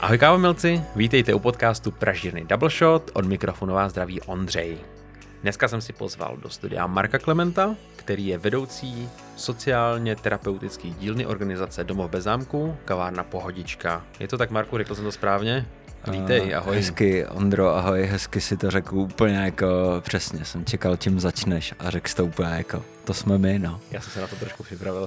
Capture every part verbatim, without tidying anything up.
Ahoj kávomilci, vítejte u podcastu Pražírny Double Shot, od mikrofonu vás zdraví Ondřej. Dneska jsem si pozval do studia Marka Klementa, který je vedoucí sociálně terapeutické dílny organizace Domov bez zámku, kavárna Pohodička. Je to tak, Marku, řekl jsem to správně? Vítej, ahoj. Hezky, Ondro, ahoj, hezky si to řekl úplně jako přesně, jsem čekal, čím začneš a řekl jsi to úplně jako, to jsme my, no. Já jsem se na to trošku připravil.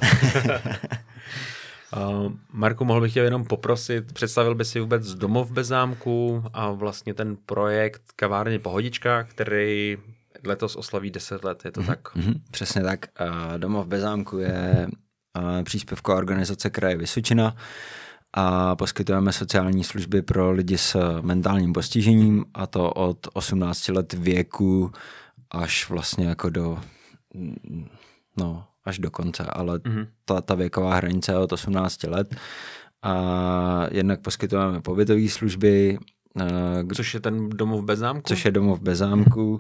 Uh, Marku, mohl bych tě jenom poprosit, představil by si vůbec Domov bez zámku a vlastně ten projekt kavárny Pohodička, který letos oslaví deset let, je to mm-hmm. tak? Mm-hmm, přesně tak. Uh, Domov bez zámku je uh, příspěvková organizace kraje Vysočina a poskytujeme sociální služby pro lidi s mentálním postižením, a to od osmnácti let věku až vlastně jako do... no až do konce, ale mm-hmm. ta, ta věková hranice je od osmnácti let. A jednak poskytujeme pobytové služby. Což je ten Domov bez zámku? Což je Domov bez zámku.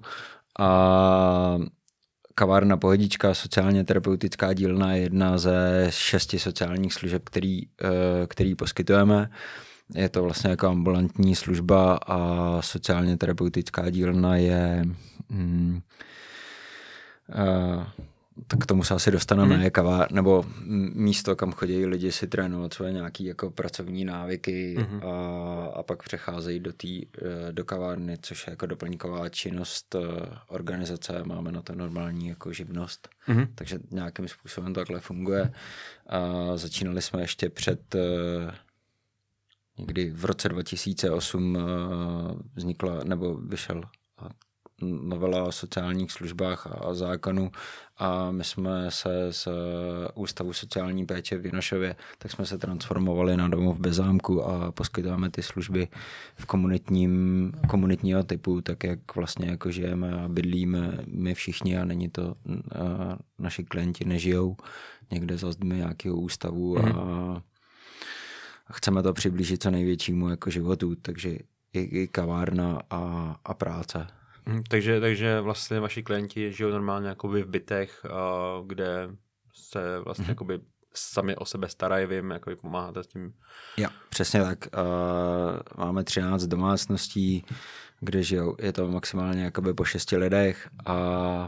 A kavárna Pohodička, sociálně terapeutická dílna, je jedna ze šesti sociálních služeb, který, který poskytujeme. Je to vlastně jako ambulantní služba a sociálně terapeutická dílna je... Hmm, uh, tak k tomu se asi dostaneme, mm. kavár, nebo místo, kam chodí lidi si trénovat svoje nějaké jako pracovní návyky mm. a, a pak přecházejí do, tý, do kavárny, což je jako doplňková činnost organizace, máme na to normální jako živnost, mm. takže nějakým způsobem to takhle funguje. A začínali jsme ještě před někdy v roce dva tisíce osm vznikla, nebo vyšel novela o sociálních službách a zákonu a my jsme se z Ústavu sociální péče v Jinošově, tak jsme se transformovali na Domov bez zámku a poskytujeme ty služby v komunitním, komunitního typu, tak jak vlastně jako žijeme a bydlíme my všichni a není to, a naši klienti nežijou někde za zdmi nějakého ústavu mm. a chceme to přiblížit co největšímu jako životu, takže i, i kavárna a, a práce. Hmm, takže, takže vlastně vaši klienti žijou normálně jakoby v bytech, uh, kde se vlastně hmm. jakoby sami o sebe starají, vy jim jakoby pomáháte s tím. Jo, přesně tak. Uh, máme třináct domácností, kde žijou, je to maximálně jakoby po šesti lidech a,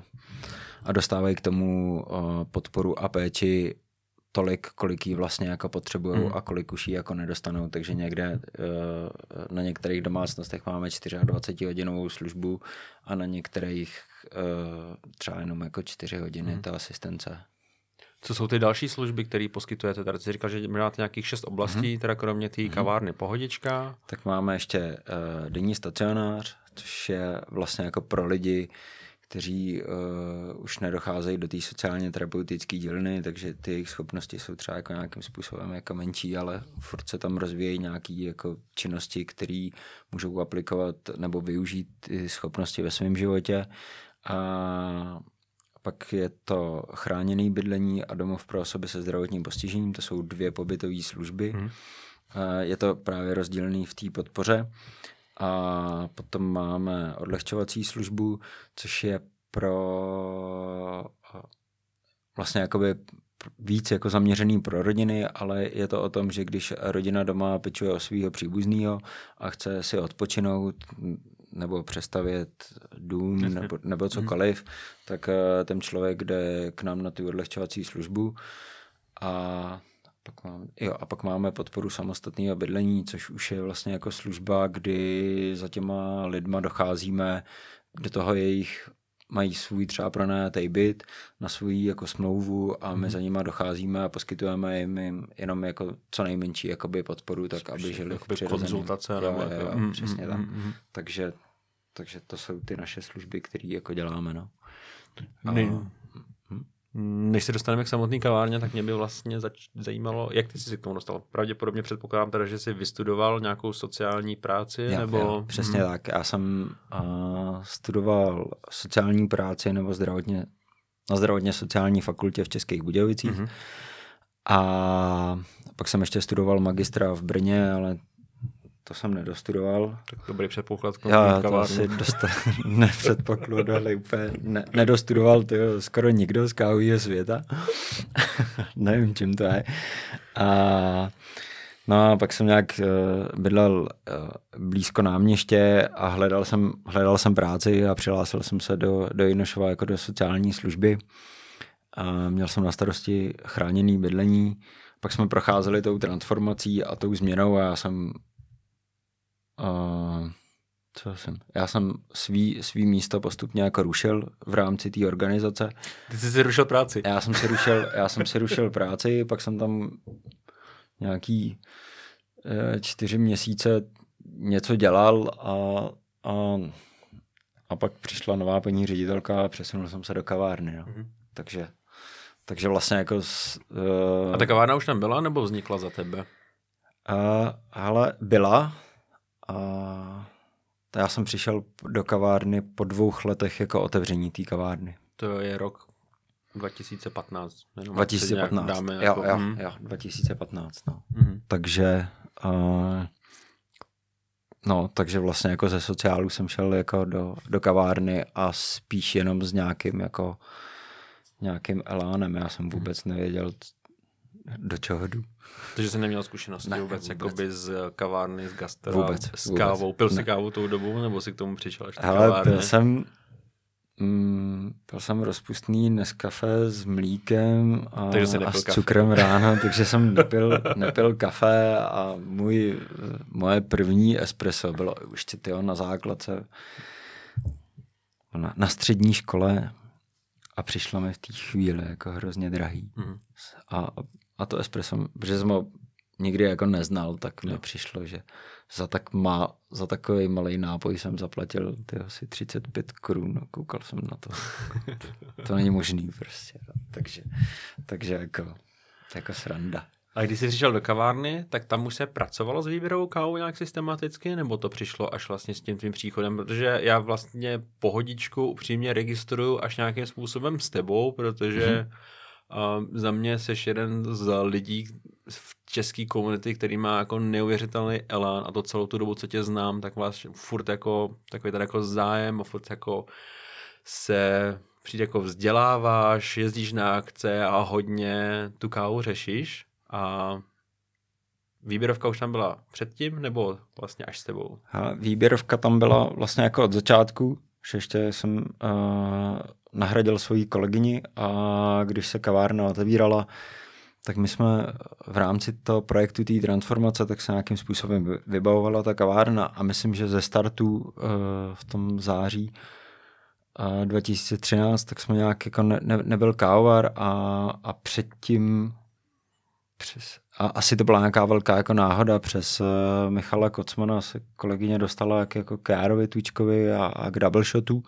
a dostávají k tomu uh, podporu a péči tolik, kolik jí vlastně jako potřebujou mm. a kolik už jí jako nedostanou, takže někde na některých domácnostech máme dvacetihodinovou službu a na některých třeba jenom jako čtyři hodiny mm. ta asistence. Co jsou ty další služby, které poskytujete? Tady jsi říkal, že máte nějakých šest oblastí, mm. teda kromě té kavárny Pohodička. Tak máme ještě denní stacionář, což je vlastně jako pro lidi, kteří uh, už nedocházejí do té sociálně terapeutické dílny, takže ty jejich schopnosti jsou třeba jako nějakým způsobem jako menší, ale furt se tam rozvíjejí nějaké jako činnosti, které můžou aplikovat nebo využít ty schopnosti ve svém životě. A pak je to chráněné bydlení a domov pro osoby se zdravotním postižením, to jsou dvě pobytové služby. Hmm. Je to právě rozdílný v té podpoře. A potom máme odlehčovací službu, což je pro vlastně jakoby víc jako zaměřený pro rodiny, ale je to o tom, že když rodina doma pečuje o svého příbuzného a chce si odpočinout nebo přestavět dům nebo, nebo cokoliv, hmm. tak ten člověk jde k nám na tu odlehčovací službu a Pak máme, jo, a pak máme podporu samostatného bydlení, což už je vlastně jako služba, kdy za těma lidma docházíme do toho jejich, mají svůj třeba pronajatý byt na svůj jako smlouvu a my mm. za nima docházíme a poskytujeme jim jenom jako co nejmenší jakoby podporu, tak aby žili v přirozeném. Konzultace. Jo, nebo jo, jo, mm, přesně mm, tak. Mm, takže, takže to jsou ty naše služby, které jako děláme. No. Ne. Než se dostaneme k samotné kavárně, tak mě by vlastně zač- zajímalo, jak ty jsi se k tomu dostal. Pravděpodobně předpokládám teda, že jsi vystudoval nějakou sociální práci, jo, nebo... Jo, přesně hmm. tak. Já jsem uh, studoval sociální práci nebo zdravotně, na zdravotně sociální fakultě v Českých Budějovicích. Hmm. A pak jsem ještě studoval magistra v Brně, ale to jsem nedostudoval. Tak dobrý předpoklad. Já to asi dostal, nepředpokládali úplně, ne, nedostudoval to skoro nikdo z kávového světa. Nevím, čím to je. A No a pak jsem nějak uh, bydlel uh, blízko náměště a hledal jsem, hledal jsem práci a přihlásil jsem se do, do Jinošova jako do sociální služby. A měl jsem na starosti chráněné bydlení. Pak jsme procházeli tou transformací a tou změnou a já jsem... Uh, co jsem? Já jsem svý, svý místo postupně jako rušil v rámci té organizace. Ty jsi si rušil práci. Já jsem si rušil, já jsem si rušil práci, pak jsem tam nějaký uh, čtyři měsíce něco dělal a, a, a pak přišla nová paní ředitelka a přesunul jsem se do kavárny. No. Mm-hmm. Takže Takže vlastně jako... Uh, a ta kavárna už tam byla, nebo vznikla za tebe? Uh, ale byla. Uh, já jsem přišel do kavárny po dvou letech jako otevření té kavárny. To je rok dva tisíce patnáct. dva tisíce patnáct. Dáme jo, jako, jo, mm. jo, dva tisíce patnáct. No. Mm. Takže... Uh, no, takže vlastně jako ze sociálu jsem šel jako do, do kavárny a spíš jenom s nějakým jako... nějakým elánem. Já jsem vůbec nevěděl, do čeho jdu. Takže jsi neměl zkušenosti ne, vůbec, vůbec. Jakoby z kavárny, z gastra, vůbec, s vůbec. kávou. Pil jsi ne. kávu tou dobu, nebo si k tomu přišel až do Hele, kavárny? pil jsem, mm, pil jsem rozpustný Nescafé s mlíkem a, a s cukrem ráno, takže jsem nepil, nepil kafe a můj, moje první espresso bylo už tyjo, na základce na, na střední škole. A přišlo mi v té chvíli jako hrozně drahý. Mm. A, a to espresso, protože jsem ho nikdy jako neznal, tak mi no. přišlo, že za, tak má, za takový malý nápoj jsem zaplatil ty asi třicet pět korun. Koukal jsem na to. To není možný prostě. Takže, takže jako, jako sranda. A když jsi přišel do kavárny, tak tam už se pracovalo s výběrovou kávou nějak systematicky, nebo to přišlo až vlastně s tím tvým příchodem? Protože já vlastně pohodičku upřímně registruju až nějakým způsobem s tebou, protože mm-hmm. uh, za mě seš jeden z lidí v české komunity, který má jako neuvěřitelný elán a to celou tu dobu, co tě znám, tak vlastně furt jako takový tady jako zájem a furt jako se přijde jako vzděláváš, jezdíš na akce a hodně tu kávu řešíš. A výběrovka už tam byla předtím, nebo vlastně až s tebou? A výběrovka tam byla vlastně jako od začátku, že ještě jsem uh, nahradil svoji kolegyni a když se kavárna otevírala, tak my jsme v rámci toho projektu té transformace, tak se nějakým způsobem vybavovala ta kavárna a myslím, že ze startu uh, v tom září uh, dva tisíce třináct, tak jsme nějak jako ne, ne, nebyl kávovar a, a předtím Přes, a asi to byla nějaká velká jako náhoda. Přes uh, Michala Kocmana se kolegyně dostala jak, jako k Járovi Tučkovi a, a k double shotu.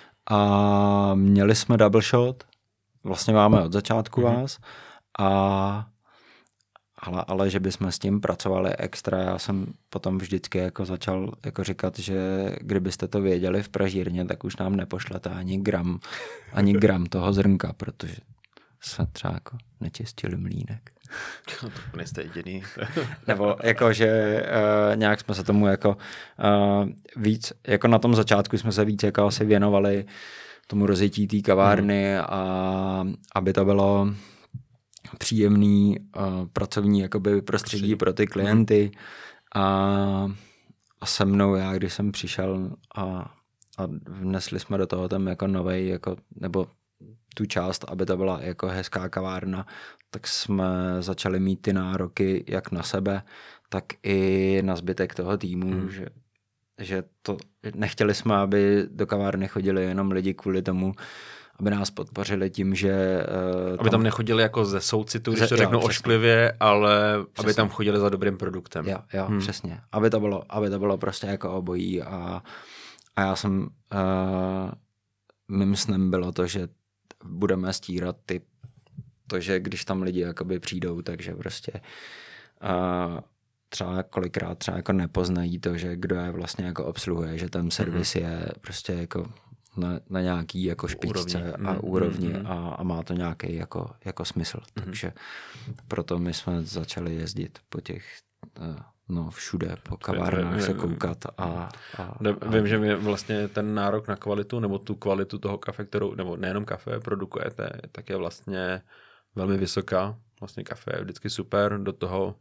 A měli jsme double shot. Vlastně máme od začátku mm-hmm. vás. A, ale, ale že bychom s tím pracovali extra. Já jsem potom vždycky jako začal jako říkat, že kdybyste to věděli v pražírně, tak už nám nepošlete ani gram, ani gram toho zrnka, protože jsme třeba jako nečistili mlýnek. No, to nejste jediný. Nebo jako, že uh, nějak jsme se tomu jako uh, víc, jako na tom začátku jsme se víc jako asi věnovali tomu rozjetí té kavárny mm. a aby to bylo příjemný uh, pracovní jakoby prostředí pro ty klienty mm. a, a se mnou já, když jsem přišel a, a vnesli jsme do toho tam jako novej, jako, nebo tu část, aby to byla jako hezká kavárna, tak jsme začali mít ty nároky jak na sebe, tak i na zbytek toho týmu, hmm. že, že to nechtěli jsme, aby do kavárny chodili jenom lidi kvůli tomu, aby nás podpořili tím, že... Uh, aby tam, tam nechodili jako ze soucitu, když to řeknu ošklivě, ale přesně. Aby tam chodili za dobrým produktem. Jo, jo hmm. přesně. Aby to bylo, aby to bylo prostě jako obojí a, a já jsem... Uh, mým snem bylo to, že budeme stírat ty, to, že když tam lidi jakoby přijdou, takže prostě uh, třeba kolikrát třeba jako nepoznají to, že kdo je vlastně jako obsluhuje, že ten servis mm-hmm. je prostě jako na, na nějaký jako špičce úrovni. a úrovni mm-hmm. a, a má to nějaký jako, jako smysl. Mm-hmm. Takže proto my jsme začali jezdit po těch uh, no všude, po kavárnách se koukat a, a, a... Vím, že mi vlastně ten nárok na kvalitu, nebo tu kvalitu toho kafe, kterou, nebo nejenom kafe produkujete, tak je vlastně velmi vysoká. Vlastně kafe je vždycky super, do toho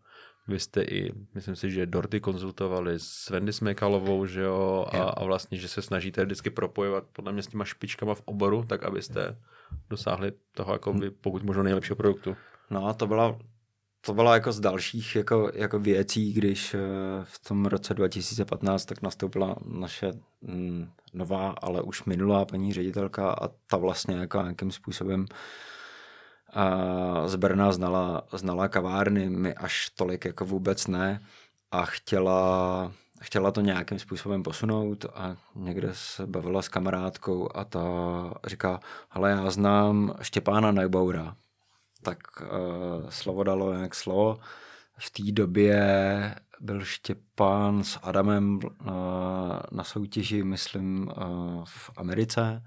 vy jste i, myslím si, že Dorty konzultovali s Wendy Smekalovou, že jo, a, a vlastně, že se snažíte vždycky propojovat podle mě s těma špičkama v oboru, tak abyste dosáhli toho jako by, pokud možno nejlepšího produktu. No, to byla To byla jako z dalších jako, jako věcí, když v tom roce dva tisíce patnáct tak nastoupila naše mm, nová, ale už minulá paní ředitelka a ta vlastně jako nějakým způsobem a z Brna znala, znala kavárny, my až tolik jako vůbec ne a chtěla, chtěla to nějakým způsobem posunout a někde se bavila s kamarádkou a ta říká, hele, já znám Štěpána Neubaura. Tak uh, slovo dalo jak slovo. V té době byl Štěpán s Adamem uh, na soutěži, myslím, uh, v Americe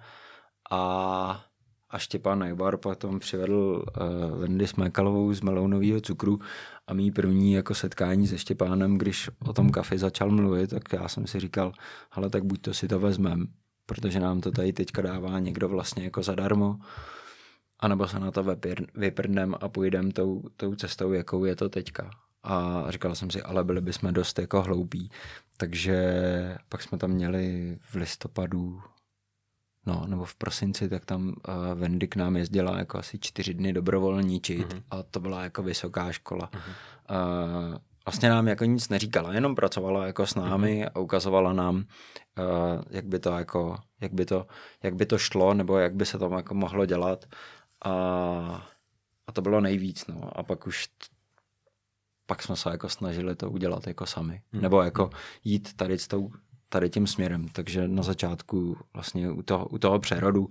a, a Štěpán Neubaur potom přivedl uh, Wendy Smekalovou z melounového cukru a mý první jako setkání se Štěpánem, když o tom kafi začal mluvit, tak já jsem si říkal, hele, tak buď to si to vezmem, protože nám to tady teďka dává někdo vlastně jako zadarmo, anebo se na to vyprdnem a půjdem tou, tou cestou, jakou je to teďka. A říkal jsem si, ale byli bychom dost jako hloupí. Takže pak jsme tam měli v listopadu, no, nebo v prosinci, tak tam uh, Wendy k nám jezdila jako asi čtyři dny dobrovolničit mm-hmm. a to byla jako vysoká škola. Mm-hmm. Uh, vlastně nám jako nic neříkala, jenom pracovala jako s námi mm-hmm. a ukazovala nám, uh, jak by to jako, jak by to, jak by to šlo, nebo jak by se to jako mohlo dělat. A, a to bylo nejvíc, no. A pak už t- pak jsme se jako snažili to udělat jako sami. Hmm. Nebo jako jít tady, s tou, tady tím směrem. Takže na začátku vlastně u toho, u toho přerodu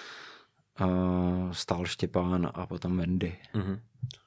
uh, stál Štěpán a potom Wendy. Hmm.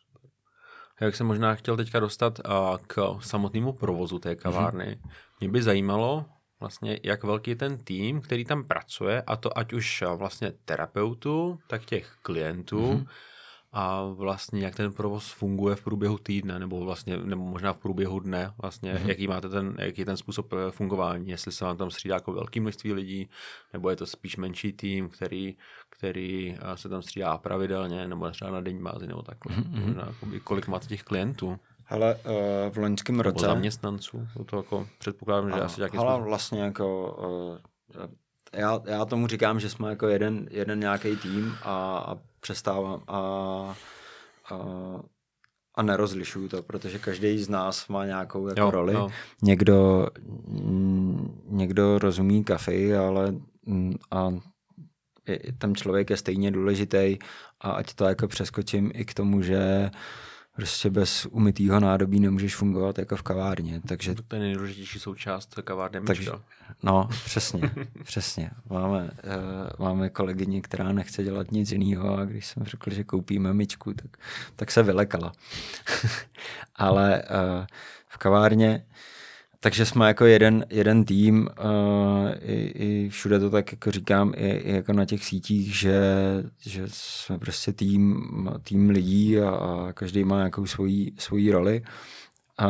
Jak jsem možná chtěl teďka dostat uh, k samotnému provozu té kavárny. Hmm. Mě by zajímalo, vlastně, jak velký je ten tým, který tam pracuje, a to ať už vlastně terapeutů, tak těch klientů mm-hmm. a vlastně jak ten provoz funguje v průběhu týdne, nebo vlastně, nebo možná v průběhu dne, vlastně, mm-hmm. jaký máte ten, jaký je ten způsob fungování, jestli se vám tam střídá jako velké množství lidí, nebo je to spíš menší tým, který, který se tam střídá pravidelně, nebo třeba na denní bázi, nebo takhle. Mm-hmm. Možná, kolik máte těch klientů? Hele, uh, v loňském roce... Nebo zaměstnanců, to jako předpokládám, že asi nějaký hele, způsob. vlastně jako... Uh, já, já tomu říkám, že jsme jako jeden, jeden nějaký tým a, a přestávám a, a, a nerozlišuju to, protože každý z nás má nějakou jako jo, roli. Jo. Někdo, někdo rozumí kafi, ale a ten člověk je stejně důležitý a ať to jako přeskočím i k tomu, že prostě bez umytého nádobí nemůžeš fungovat jako v kavárně. Takže, to je nejdůležitější součást kavárny. Takže, no, přesně, přesně. Máme, uh, máme kolegyni, která nechce dělat nic jiného a když jsem řekl, že koupíme myčku, tak, tak se vylekala. Ale uh, v kavárně, takže jsme jako jeden, jeden tým, uh, i, i všude to tak jako říkám, i, i jako na těch sítích, že, že jsme prostě tým, tým lidí a, a každý má nějakou svoji, svoji roli. A,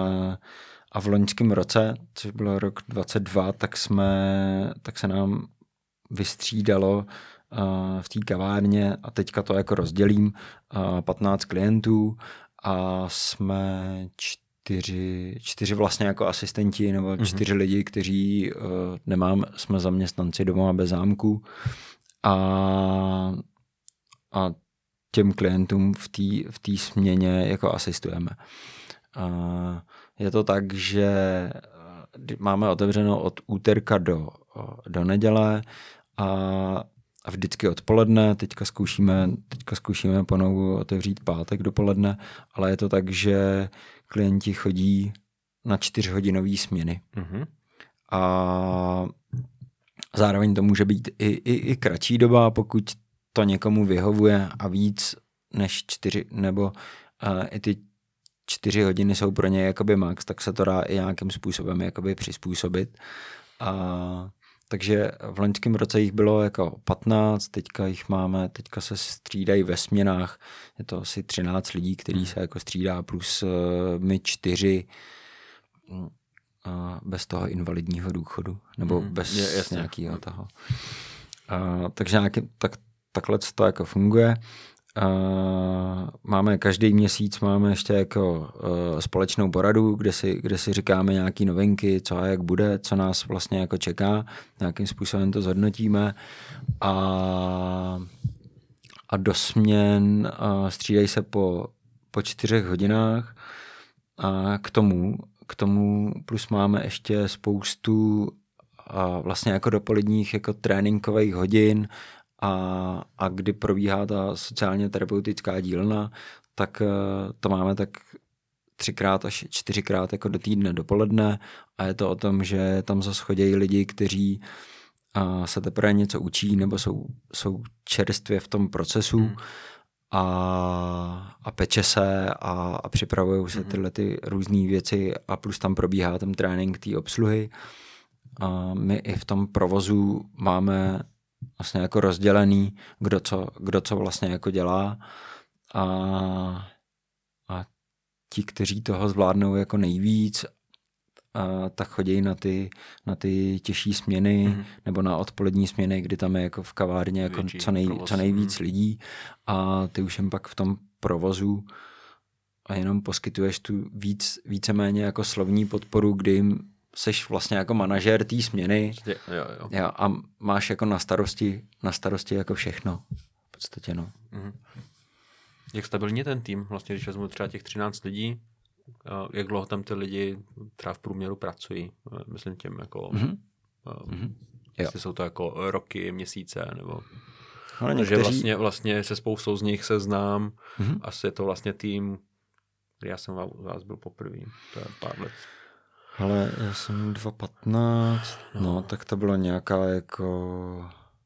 a v loňském roce, což bylo rok dvacet dva, tak, jsme, tak se nám vystřídalo uh, v té kavárně a teďka to jako rozdělím, uh, patnáct klientů a jsme čtyři Čtyři, čtyři vlastně jako asistenti nebo čtyři mm-hmm. lidi, kteří uh, nemám, jsme zaměstnanci doma bez zámku a, a těm klientům v té v té směně jako asistujeme. Uh, je to tak, že máme otevřeno od úterka do, do neděle a, a vždycky odpoledne, teďka zkoušíme, teďka zkoušíme ponovu otevřít pátek dopoledne, ale je to tak, že klienti chodí na čtyřhodinové směny. Mm-hmm. A zároveň to může být i, i, i kratší doba, pokud to někomu vyhovuje a víc než čtyři, nebo uh, i ty čtyři hodiny jsou pro ně jakoby max, tak se to dá i nějakým způsobem jakoby přizpůsobit. A takže v loňském roce jich bylo jako patnáct, teďka jich máme, teďka se střídají ve směnách, je to asi třináct lidí, který se jako střídá, plus uh, my čtyři uh, bez toho invalidního důchodu, nebo mm, bez je, nějakého toho. Uh, takže nějaký, tak, takhle to jako funguje Uh, máme každý měsíc máme ještě jako uh, společnou poradu, kde si, kde si říkáme nějaký novinky, co a jak bude, co nás vlastně jako čeká, nějakým způsobem to zhodnotíme a, a do směn uh, střídají se po, po čtyřech hodinách a k tomu, k tomu plus máme ještě spoustu uh, vlastně jako dopoledních jako tréninkových hodin. A, a kdy probíhá ta sociálně terapeutická dílna, tak to máme tak třikrát až čtyřikrát jako do týdne dopoledne a je to o tom, že tam zase chodí lidi, kteří a, se teprve něco učí nebo jsou, jsou čerstvě v tom procesu hmm. a, a peče se a, a připravují se tyhle ty různé věci a plus tam probíhá ten trénink té obsluhy. A my i v tom provozu máme vlastně jako rozdělený, kdo co, kdo co vlastně jako dělá a, a ti, kteří toho zvládnou jako nejvíc, a tak chodí na ty, na ty těžší směny mm. nebo na odpolední směny, kdy tam je jako v kavárně jako co, nej, co nejvíc mm. lidí a ty už jen pak v tom provozu a jenom poskytuješ tu víc, víceméně jako slovní podporu, kdy jim seš vlastně jako manažér té směny jo, jo. Jo, a máš jako na starosti, na starosti jako všechno. V podstatě, no. Mm. Jak stabilní ten tým? Vlastně, když vezmu třeba těch třináct lidí, jak dlouho tam ty lidi třeba v průměru pracují? Myslím tím jako, mm-hmm. um, jestli jsou to jako roky, měsíce, nebo... Ale někteří... někteří... vlastně, vlastně se spoustou z nich se znám. Mm-hmm. Asi je to vlastně tým, který já jsem u vás byl poprvé. To je pár let. Ale já jsem dva patnáct, no. no, tak to bylo nějaká jako...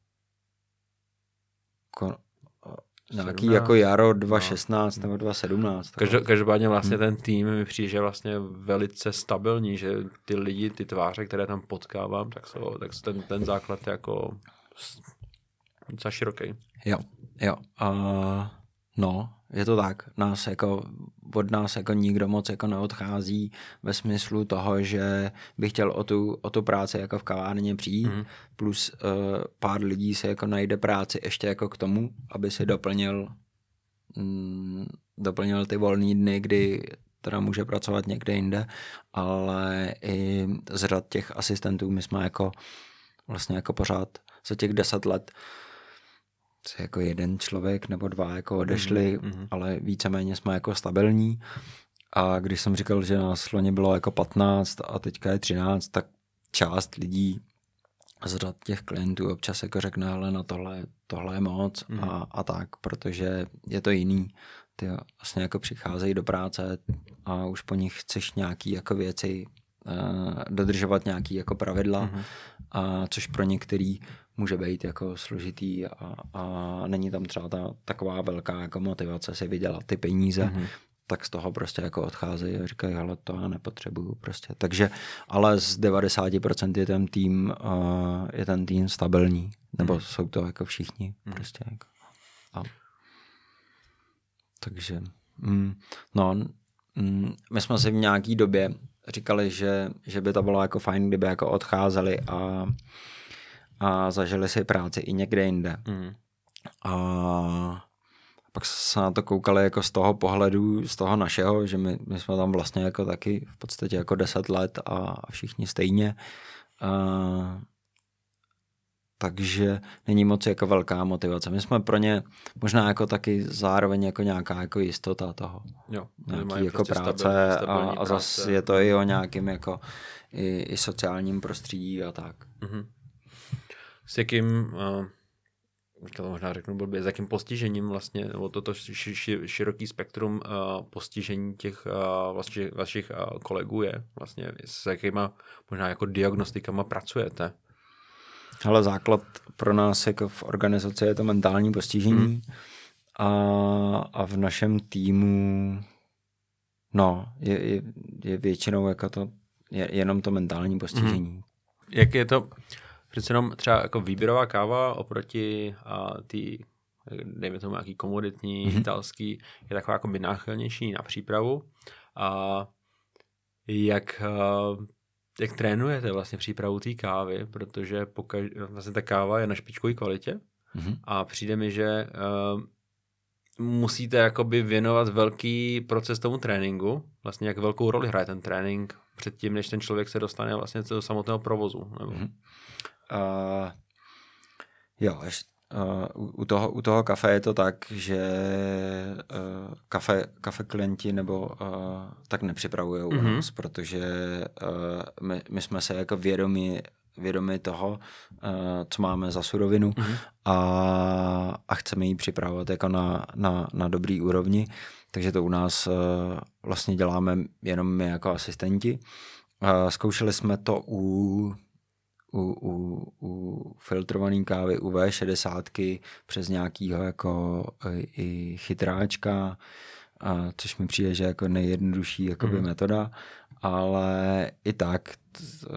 jako nějaký sedmnáct jako jaro dva šestnáct no. nebo dva sedmnáct. Každop, každopádně vlastně hmm. ten tým mi přijde, že vlastně velice stabilní, že ty lidi, ty tváře, které tam potkávám, tak, jsou, tak ten, ten základ je jako docela široký. Jo, jo. Uh, no, je to tak. Nás jako, od nás jako nikdo moc jako neodchází ve smyslu toho, že bych chtěl o tu, o tu práci jako v kavárně přijít, mm. plus uh, pár lidí se jako najde práci ještě jako k tomu, aby si doplnil mm, doplnil ty volné dny, kdy teda může pracovat někde jinde, ale i z řad těch asistentů my jsme jako vlastně jako pořád za těch deset let jako jeden člověk nebo dva jako odešli, mm-hmm. ale víceméně jsme jako stabilní. A když jsem říkal, že nás loni bylo jako patnáct a teďka je třináct, tak část lidí z řad těch klientů občas jako řekne, ale na tohle, tohle je moc mm-hmm. a, a tak, protože je to jiný. Ty vlastně jako přicházejí do práce a už po nich chceš nějaký jako věci uh, dodržovat nějaký jako pravidla, mm-hmm. a což pro některý může být jako složitý a, a není tam třeba ta taková velká jako motivace si vydělat ty peníze, mm-hmm. tak z toho prostě jako odcházejí a říkají, ale to já nepotřebuju prostě. Takže, ale z devadesát procent je ten tým, uh, je ten tým stabilní, nebo mm-hmm. jsou to jako všichni mm-hmm. prostě jako. A, takže, mm, no, mm, my jsme si v nějaký době říkali, že, že by to bylo jako fajn, kdyby jako odcházeli a a zažili si práci i někde jinde. Mm. A pak se na to koukali jako z toho pohledu, z toho našeho, že my, my jsme tam vlastně jako taky v podstatě jako deset let a všichni stejně. A, takže není moc jako velká motivace. My jsme pro ně možná jako taky zároveň jako nějaká jako jistota toho. Jo, nějaký jako prostě práce stabilní, stabilní a, a zase je to i o nějakým jako i, i sociálním prostředí a tak. Mm-hmm. S jakým, uh, to možná řeknu blbě, s jakým postižením vlastně, nebo toto ši, ši, široký spektrum uh, postižení těch uh, vlastně, vašich uh, kolegů je vlastně, s jakýma možná jako diagnostikama pracujete? Hele, základ pro nás jako v organizaci je to mentální postižení hmm. a, a v našem týmu no, je, je, je většinou jako to, je jenom to mentální postižení. Hmm. Jak je to... Přece jenom třeba jako výběrová káva oproti a ty, dejme tomu nějaký komoditní, mm-hmm. italský, je taková jako by náchylnější na přípravu. A jak, jak trénujete vlastně přípravu té kávy, protože pokaž, vlastně ta káva je na špičkové kvalitě mm-hmm. a přijde mi, že musíte jakoby věnovat velký proces tomu tréninku, vlastně jak velkou roli hraje ten trénink předtím, než ten člověk se dostane vlastně do samotného provozu. Nebo? Mm-hmm. Uh, jo, ještě, uh, u, toho, u toho kafe je to tak, že uh, kafe, kafe klienti nebo uh, tak nepřipravují mm-hmm. u nás, protože uh, my, my jsme se jako vědomi vědomi toho, uh, co máme za surovinu mm-hmm. a, a chceme ji připravovat jako na, na, na dobrý úrovni, takže to u nás uh, vlastně děláme jenom my jako asistenti. Uh, zkoušeli jsme to u U, u, u filtrované kávy u vé šedesát přes nějakýho jako i chytráčka, a což mi přijde, že jako nejjednodušší jakoby mm. metoda, ale i tak t,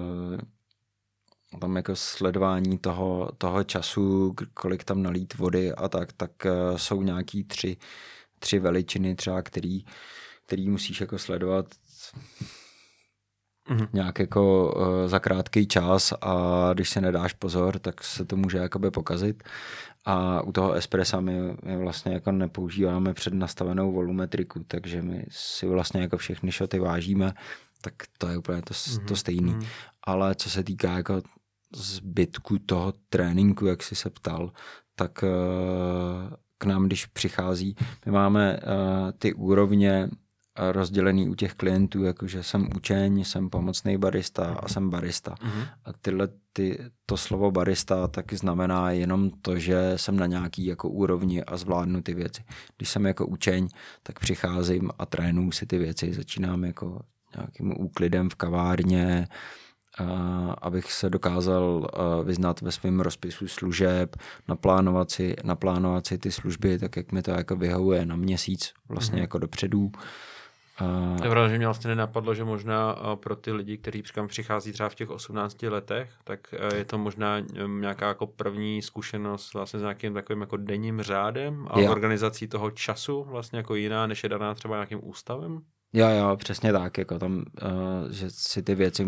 tam jako sledování toho, toho času, kolik tam nalít vody a tak, tak jsou nějaký tři, tři veličiny třeba, který, který musíš jako sledovat Mm-hmm. nějak jako uh, za krátký čas a když se nedáš pozor, tak se to může jakoby pokazit. A u toho espressa my, my vlastně jako nepoužíváme přednastavenou volumetriku, takže my si vlastně jako všechny šoty vážíme, tak to je úplně to, mm-hmm. to stejný. Mm-hmm. Ale co se týká jako zbytku toho tréninku, jak jsi se ptal, tak uh, k nám, když přichází, my máme uh, ty úrovně rozdělený u těch klientů, jakože jsem učeň, jsem pomocný barista a jsem barista. Mm-hmm. A tyhle, ty, to slovo barista taky znamená jenom to, že jsem na nějaký jako úrovni a zvládnu ty věci. Když jsem jako učeň, tak přicházím a trénuju si ty věci. Začínám jako nějakým úklidem v kavárně, a abych se dokázal vyznat ve svém rozpisu služeb, naplánovat si, naplánovat si ty služby, tak jak mi to jako vyhovuje na měsíc vlastně mm-hmm. jako dopředu. To je pravda, že mě vlastně nenapadlo, že možná pro ty lidi, kteří přichází třeba v těch osmnácti letech, tak je to možná nějaká jako první zkušenost vlastně s nějakým takovým jako denním řádem a jo. organizací toho času vlastně jako jiná, než je daná třeba nějakým ústavem? Jo, jo, přesně tak, jako tam, uh, že si ty věci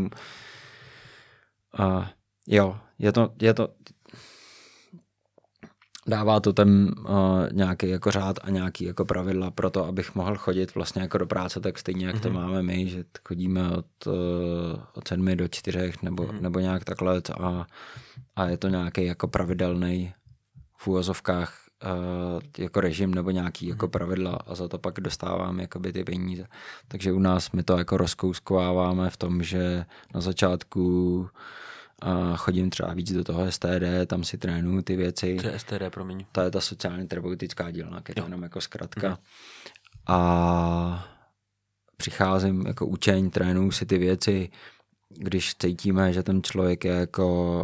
uh, jo, je to, je to dává to ten uh, nějaký jako řád a nějaký jako pravidla pro to, abych mohl chodit vlastně jako do práce, tak stejně jak mm-hmm. to máme my, že chodíme od, uh, od sedmi do čtyřech nebo, mm-hmm. nebo nějak takhle a, a je to nějaký jako pravidelný v úvozovkách uh, jako režim nebo nějaký mm-hmm. jako pravidla a za to pak dostávám jakoby ty peníze. Takže u nás my to jako rozkouskováváme v tom, že na začátku a chodím třeba víc do toho S T D, tam si trénuju ty věci. Co je S T D, promiň? To je ta sociálně terapeutická dílna, je to jenom jako zkratka. Mm. A přicházím jako učeň, trénuju si ty věci, když cítíme, že ten člověk je jako,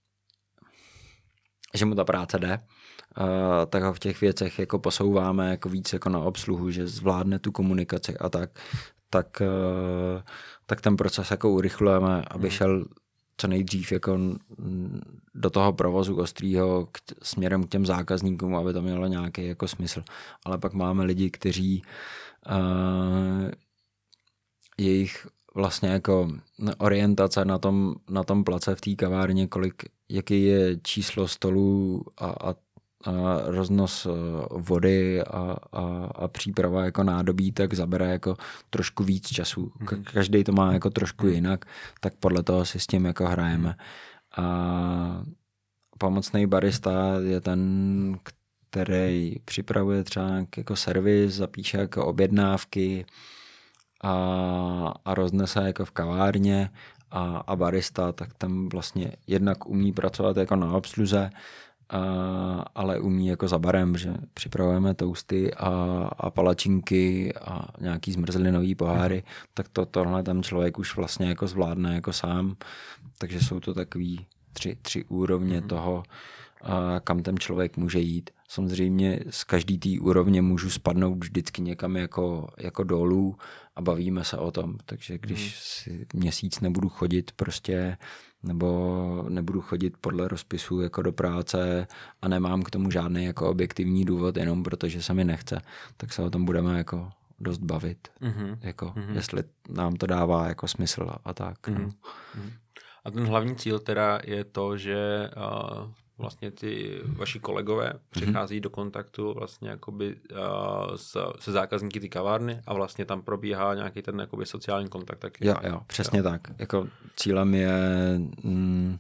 že mu ta práce jde, uh, tak ho v těch věcech jako posouváme jako víc jako na obsluhu, že zvládne tu komunikaci a tak, tak, uh, tak ten proces jako urychlujeme, aby mm. šel co nejdřív jako do toho provozu ostrýho k, směrem k těm zákazníkům, aby to mělo nějaký jako smysl. Ale pak máme lidi, kteří uh, jejich vlastně jako orientace na tom, na tom place v té kavárně, kolik, jaký je číslo stolů a, a, a roznos vody a, a, a příprava jako nádobí, tak zabere jako trošku víc času. Každý to má jako trošku jinak, tak podle toho si s tím jako hrajeme. A pomocný barista je ten, který připravuje třeba jako servis, zapíše jako objednávky a, a roznese jako v kavárně a, a barista, tak tam vlastně jednak umí pracovat jako na obsluze, a, ale umí jako za barem, že připravujeme toasty a, a palačinky a nějaký zmrzlinový poháry, mm. tak to, tohle tam člověk už vlastně jako zvládne jako sám, takže jsou to takový tři, tři úrovně mm. toho, a kam ten člověk může jít. Samozřejmě z každý té úrovně můžu spadnout vždycky někam jako, jako dolů a bavíme se o tom, takže když mm. si měsíc nebudu chodit prostě nebo nebudu chodit podle rozpisu jako do práce a nemám k tomu žádný jako objektivní důvod, jenom protože se mi nechce, tak se o tom budeme jako dost bavit. Mm-hmm. Jako, mm-hmm. jestli nám to dává jako smysl a tak. Mm-hmm. No. A ten hlavní cíl teda je to, že uh, vlastně ty vaši kolegové přichází mm-hmm. do kontaktu vlastně jakoby uh, s, se zákazníky ty kavárny a vlastně tam probíhá nějaký ten jakoby sociální kontakt taky. Jo, jo, přesně jo. tak. Jako cílem je mm,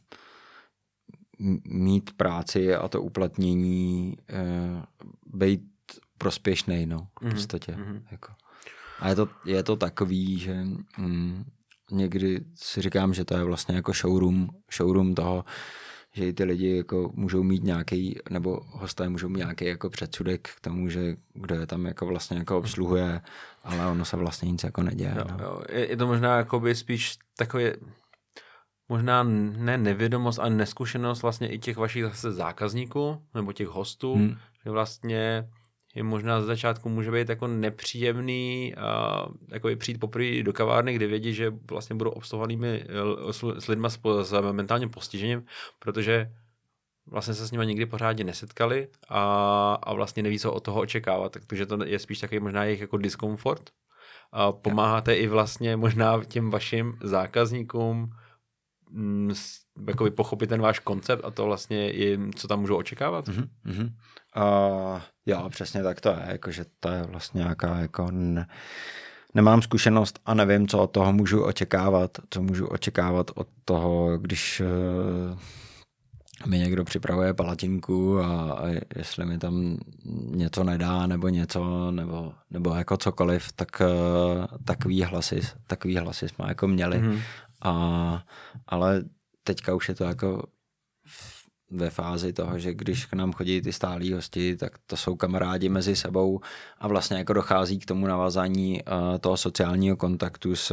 mít práci a to uplatnění, uh, být prospěšnej, no, v podstatě. Mm-hmm. Jako. A je to, je to takový, že mm, někdy si říkám, že to je vlastně jako showroom, showroom toho, že i ty lidi jako můžou mít nějaký, nebo hosté můžou mít nějaký jako předsudek k tomu, že kdo je tam jako vlastně jako obsluhuje, ale ono se vlastně nic jako neděje. Jo, no. jo. Je, je to možná jakoby spíš takový, možná ne nevědomost, ale neskušenost vlastně i těch vašich zase zákazníků, nebo těch hostů, hmm. že vlastně je možná z začátku může být jako nepříjemný uh, jako přijít poprvé do kavárny, kde vědí, že vlastně budou obsluhovanými s lidma s, s mentálním postižením, protože vlastně se s nimi nikdy pořádně nesetkali a, a vlastně neví, co od toho očekávat. Takže to je spíš takový možná jejich jako diskomfort. A pomáháte i vlastně možná těm vašim zákazníkům mm, jakoby pochopit ten váš koncept a to vlastně je, co tam můžou očekávat? Mm-hmm, mm-hmm. Uh, jo, přesně tak to je, jakože to je vlastně nějaká, jako ne, nemám zkušenost a nevím, co od toho můžu očekávat, co můžu očekávat od toho, když uh, mi někdo připravuje palatinku a, a jestli mi tam něco nedá nebo něco, nebo, nebo jako cokoliv, tak uh, takový hlasy, takový hlasy jsme jako měli, mm-hmm. a, ale teďka už je to jako ve fázi toho, že když k nám chodí ty stálí hosti, tak to jsou kamarádi mezi sebou a vlastně jako dochází k tomu navázání uh, toho sociálního kontaktu s,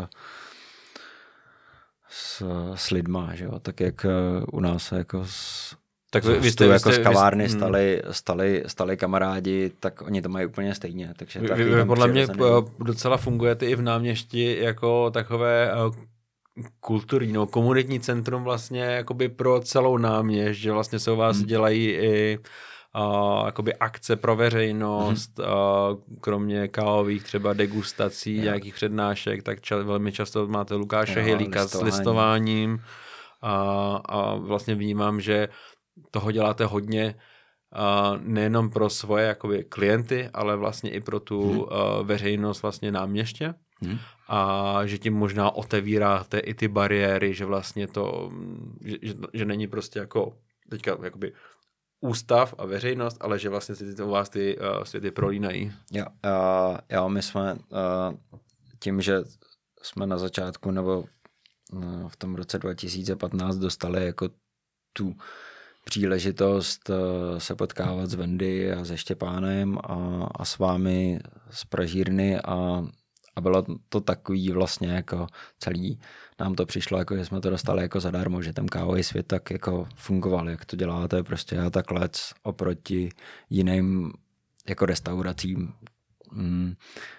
s, s lidma, že jo? Tak jak uh, u nás jako s, tak vy, vy jste, jako vy jste, z kavárny vy jste, stali, stali, stali kamarádi, tak oni to mají úplně stejně. Takže vy, vy podle mě docela fungujete i v Náměšti jako takové uh, kulturní, no, komunitní centrum vlastně jakoby pro celou Náměšť, že vlastně se u vás hmm. dělají i uh, jakoby akce pro veřejnost, hmm. uh, kromě kávových třeba degustací, jo. nějakých přednášek, tak ča, velmi často máte Lukáše jo, Hylíka listování. s listováním a, a vlastně vnímám, že toho děláte hodně uh, nejenom pro svoje jakoby klienty, ale vlastně i pro tu hmm. uh, veřejnost vlastně Náměště. Hmm. A že tím možná otevíráte i ty bariéry, že vlastně to, že, že, že není prostě jako teďka jakoby ústav a veřejnost, ale že vlastně si u vás ty uh, světy prolínají. Jo, uh, jo, my jsme uh, tím, že jsme na začátku nebo uh, v tom roce dva tisíce patnáct dostali jako tu příležitost uh, se potkávat s Wendy a se Štěpánem a, a s vámi z pražírny a A bylo to takový vlastně jako celý, nám to přišlo jako, že jsme to dostali jako zadarmo, že ten kávový svět tak jako fungoval, jak to děláte prostě a takhle oproti jiným jako restauracím. Mm.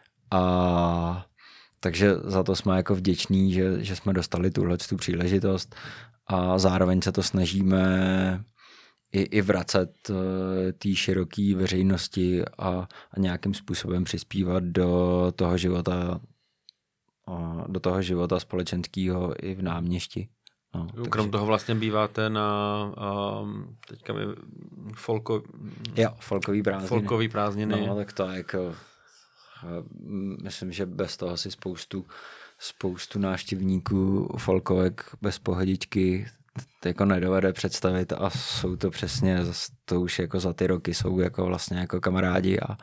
A takže za to jsme jako vděční, že, že jsme dostali tuhle tu příležitost a zároveň se to snažíme i, i vracet uh, té široké veřejnosti a, a nějakým způsobem přispívat do toho života uh, do toho života společenského i v Náměšti. No, Krom takže... toho vlastně býváte na um, teďka mi folko... jo, folkový prázdniny. Folkový prázdniny. No, tak to jako myslím, že bez toho si spoustu spoustu návštěvníků folkovek bez pohodičky to jako nedovede představit a jsou to přesně, to už jako za ty roky jsou jako vlastně jako kamarádi a,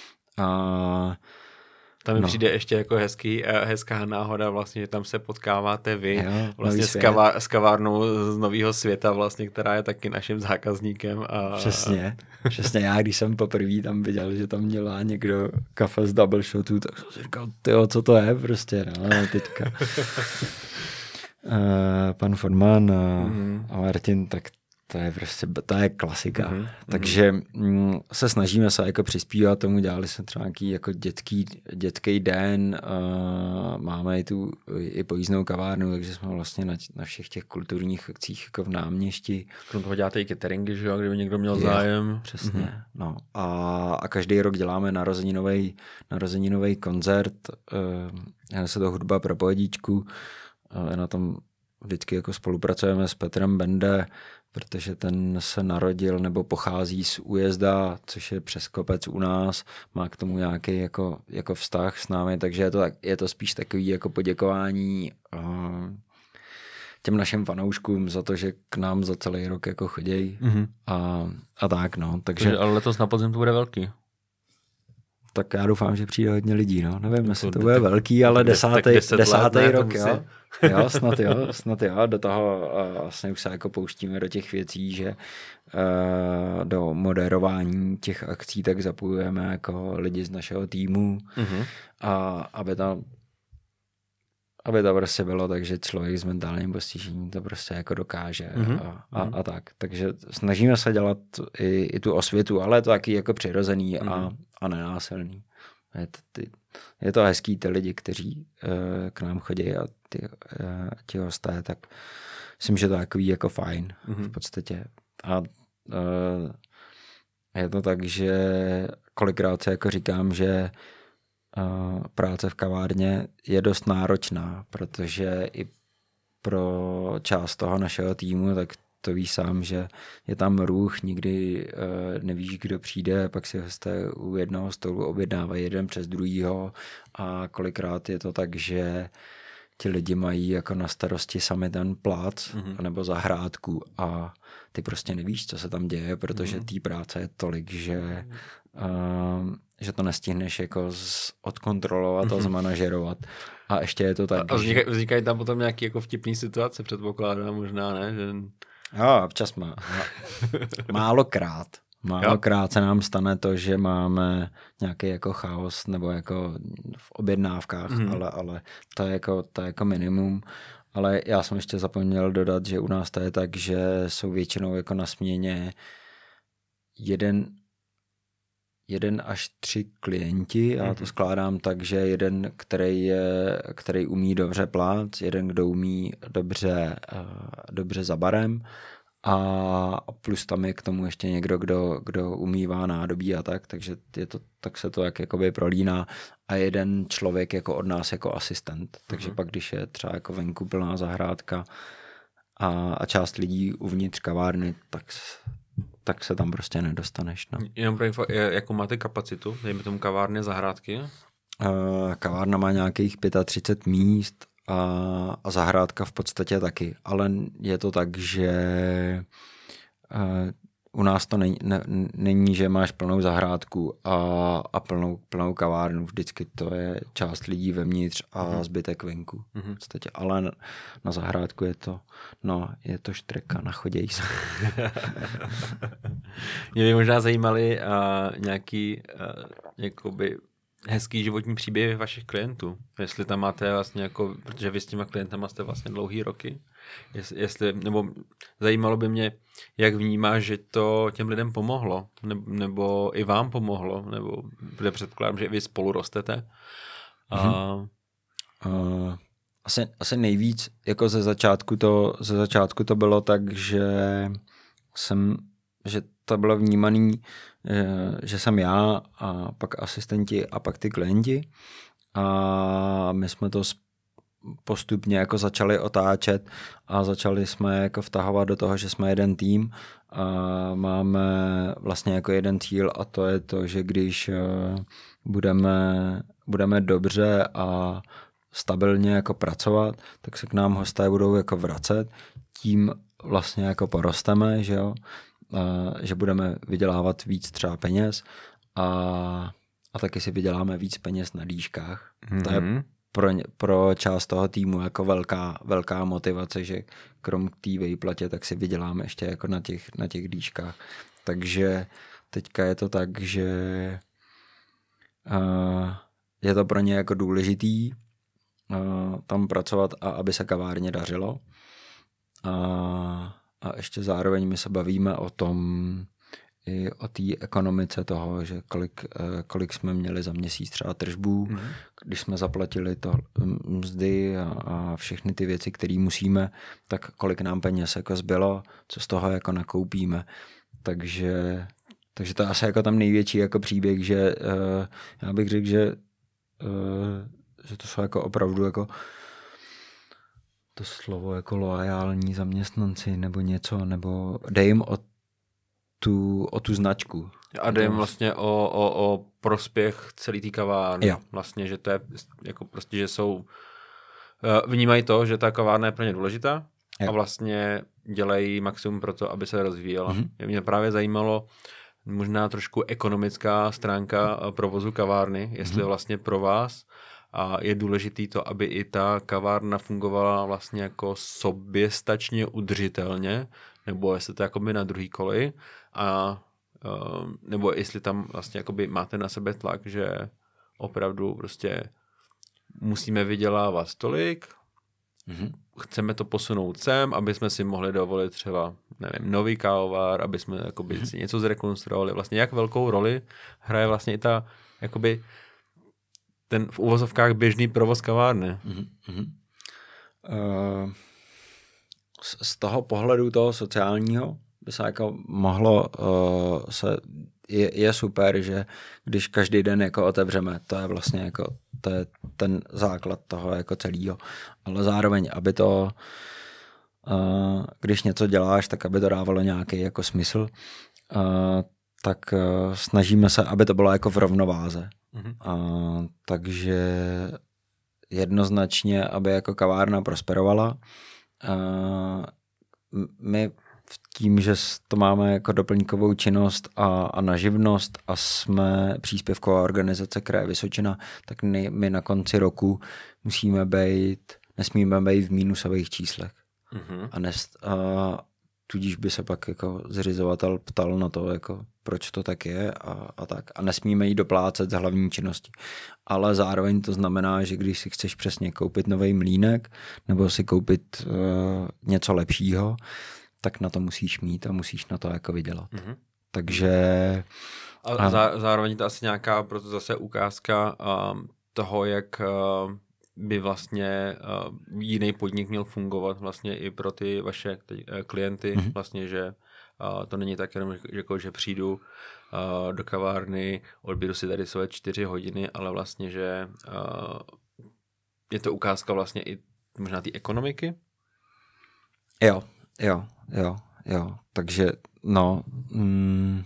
a tam mi no. přijde ještě jako hezký, hezká náhoda vlastně, že tam se potkáváte vy jo, vlastně s, kavár, s kavárnou z Nového Světa vlastně, která je taky naším zákazníkem. A... Přesně, přesně já, když jsem poprvé tam viděl, že tam dělá někdo kafe z double shotu, tak jsem si říkal, tyjo, co to je prostě, no, teďka. Uh, pan Forman a, mm. a Martin, tak to je prostě, to je klasika. Mm. Takže mm, se snažíme se jako přispívat tomu, dělali jsme třeba nějaký jako dětský, dětský den, uh, máme i tu i pojízdnou kavárnu, takže jsme vlastně na, na všech těch kulturních akcích jako v Náměšti. Krom toho děláte i cateringy, že jo, kdyby někdo měl zájem. Je, přesně, mm. no. A, a každý rok děláme narozeninový, narozeninový koncert, uh, jmenuje se to Hudba pro pohodičku, je na tom vždycky jako spolupracujeme s Petrem Bende, protože ten se narodil nebo pochází z Újezda, což je přes kopec u nás, má k tomu nějaký jako, jako vztah s námi, takže je to, tak, je to spíš takový jako poděkování uh, těm našim fanouškům za to, že k nám za celý rok jako chodějí mm-hmm. a, a tak, no. Takže, takže, ale letos na podzim to bude velký. Tak já doufám, že přijde hodně lidí, no. Nevím, jestli to bude velký, ale desátý, desátý let, rok, jo. Jo, snad jo, snad jo. Do toho uh, vlastně už se jako pouštíme do těch věcí, že uh, do moderování těch akcí tak zapojujeme jako lidi z našeho týmu mm-hmm. a aby tam aby to prostě bylo tak, že člověk s mentálním postižením to prostě jako dokáže mm-hmm. a, a, a tak. Takže snažíme se dělat i, i tu osvětu, ale je to taky jako přirozený mm-hmm. a, a nenásilný. Je to, ty, je to hezký, ty lidi, kteří uh, k nám chodí a ty, uh, ti hosté, tak myslím, že to je takový jako fajn mm-hmm. v podstatě. A uh, je to tak, že kolikrát se jako říkám, že Uh, práce v kavárně je dost náročná, protože i pro část toho našeho týmu, tak to víš sám, že je tam ruch, nikdy uh, nevíš, kdo přijde, pak si hosté u jednoho stolu objednávají jeden přes druhýho a kolikrát je to tak, že ti lidi mají jako na starosti sami ten plac mm-hmm. nebo zahrádku a ty prostě nevíš, co se tam děje, protože té práce je tolik, že uh, že to nestihneš jako z, odkontrolovat mm-hmm. a zmanažerovat. A ještě je to tak, a vznikají, že... vznikají tam potom nějaké jako vtipný situace, předpokládám možná, ne? Že... Jo, občas má. Málokrát. Málokrát se nám stane to, že máme nějaký jako chaos nebo jako v objednávkách, mm-hmm. ale, ale to je jako, to je jako minimum. Ale já jsem ještě zapomněl dodat, že u nás to je tak, že jsou většinou jako na směně jeden jeden až tři klienti. Já to skládám tak, že jeden, který, je, který umí dobře plát, jeden, kdo umí dobře, dobře za barem a plus tam je k tomu ještě někdo, kdo, kdo umývá nádobí a tak, takže je to, tak se to jak jakoby prolíná a jeden člověk jako od nás jako asistent. Takže mm-hmm. pak, když je třeba jako venku plná zahrádka a, a část lidí uvnitř kavárny, tak tak se tam prostě nedostaneš. No. Jenom pro info, jakou máte kapacitu, dejme tomu kavárny, zahrádky? Uh, kavárna má nějakých třicet pět míst a, a zahrádka v podstatě taky, ale je to tak, že uh, u nás to není, ne, není, že máš plnou zahrádku a, a plnou, plnou kavárnu. Vždycky to je část lidí vevnitř a mm. zbytek venku. Mm. V podstatě. Ale na, na zahrádku je to, no, je to štreka, nachoděj se. Mě by možná zajímaly uh, nějaký uh, jakoby hezký životní příběhy vašich klientů. Jestli tam máte vlastně jako, protože vy s těma klientama jste vlastně dlouhý roky, jestli, jestli nebo zajímalo by mě, jak vnímáš, že to těm lidem pomohlo, nebo, nebo i vám pomohlo, nebo kde předpokládám, že vy spolu rostete. A... Mm-hmm. Uh, asi, asi nejvíc, jako ze začátku to, ze začátku to bylo tak, že jsem, že to bylo vnímaný, že jsem já a pak asistenti a pak ty klienti a my jsme to postupně jako začali otáčet a začali jsme jako vtahovat do toho, že jsme jeden tým a máme vlastně jako jeden cíl a to je to, že když budeme, budeme dobře a stabilně jako pracovat, tak se k nám hosté budou jako vracet, tím vlastně jako porosteme, že jo, že budeme vydělávat víc třeba peněz a, a taky si vyděláme víc peněz na dýškách. Mm-hmm. To je pro, pro část toho týmu jako velká, velká motivace, že krom té výplatě tak si vyděláme ještě jako na těch, na těch dýškách. Takže teďka je to tak, že uh, je to pro ně jako důležitý uh, tam pracovat a aby se kavárně dařilo. A A ještě zároveň my se bavíme o tom, i o té ekonomice toho, že kolik, kolik jsme měli za měsíc třeba tržbů, mm. když jsme zaplatili to mzdy a, a všechny ty věci, které musíme, tak kolik nám peněz jako zbylo, co z toho jako nakoupíme. Takže, takže to je asi jako tam největší jako příběh, že uh, já bych řekl, že, uh, že to jsou jako opravdu jako to slovo jako loajální zaměstnanci nebo něco, nebo dej jim o tu, o tu značku. A jde jim vlastně o, o, o prospěch celý té kavárny. Jo. Vlastně, že to je jako prostě, že jsou vnímají to, že ta kavárna je pro ně důležitá jo. a vlastně dělají maximum pro to, aby se rozvíjela. Mm-hmm. Mě právě zajímalo možná trošku ekonomická stránka provozu kavárny, jestli mm-hmm. vlastně pro vás a je důležitý to, aby i ta kavárna fungovala vlastně jako soběstačně udržitelně, nebo jestli to jakoby na druhý koleji, a nebo jestli tam vlastně jakoby máte na sebe tlak, že opravdu prostě musíme vydělávat tolik, mm-hmm. chceme to posunout sem, aby jsme si mohli dovolit třeba, nevím, nový kávovár, aby jsme jakoby mm-hmm. si něco zrekonstruovali. Vlastně jak velkou roli hraje vlastně i ta, jakoby ten v uvozovkách běžný provoz kavárny. Mm-hmm. Uh, z, z toho pohledu toho sociálního by se jako mohlo uh, se je, je super, že když každý den jako otevřeme, to je vlastně jako to je ten základ toho jako celého, ale zároveň, aby to uh, když něco děláš, tak aby to dávalo nějaký jako smysl, uh, tak uh, snažíme se, aby to bylo jako v rovnováze. Mm-hmm. Uh, takže jednoznačně, aby jako kavárna prosperovala. Uh, my tím, že to máme jako doplňkovou činnost a, a na živnost a jsme příspěvková organizace Kraje Vysočina, tak my na konci roku musíme být, nesmíme být v mínusových číslech. Mm-hmm. A, nest, a tudíž by se pak jako zřizovatel ptal na to, jako proč to tak je a, a tak. A nesmíme jí doplácet z hlavní činnosti. Ale zároveň to znamená, že když si chceš přesně koupit nový mlýnek nebo si koupit uh, něco lepšího, tak na to musíš mít a musíš na to jako vydělat. Mm-hmm. Takže... A, a zá, zároveň to asi nějaká proto zase ukázka uh, toho, jak uh, by vlastně uh, jiný podnik měl fungovat vlastně i pro ty vaše uh, klienty. Mm-hmm. Vlastně, že uh, to není tak jenom, jako, že přijdu uh, do kavárny, odběru si tady svoje čtyři hodiny, ale vlastně, že uh, je to ukázka vlastně i možná té ekonomiky? Jo, jo. Jo, jo, takže no, mm,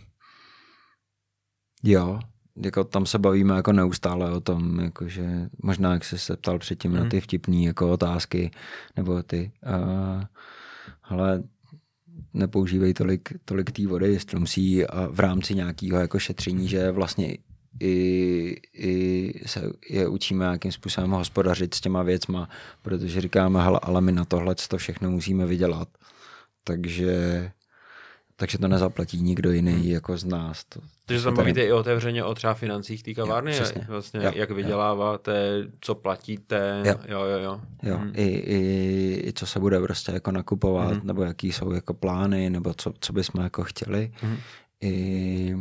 jo, jako tam se bavíme jako neustále o tom, jakože možná jak jsi se ptal předtím mm. na ty vtipný jako otázky, nebo ty, uh, ale nepoužívej tolik, tolik té vody, jestli musí a v rámci nějakého jako šetření, že vlastně i, i se je učíme nějakým způsobem hospodařit s těma věcma, protože říkáme, hele, ale my na tohle to všechno musíme vydělat. Takže, takže to nezaplatí nikdo jiný hmm. jako z nás. To, takže tam bavíte i otevřeně o třeba financích té kavárny, jo, vlastně, jo, jak vyděláváte, jo. co platíte, jo, jo, jo. jo. jo hmm. I, i, i co se bude prostě jako nakupovat, hmm. nebo jaký jsou jako plány, nebo co, co bychom jako chtěli. Hmm. I,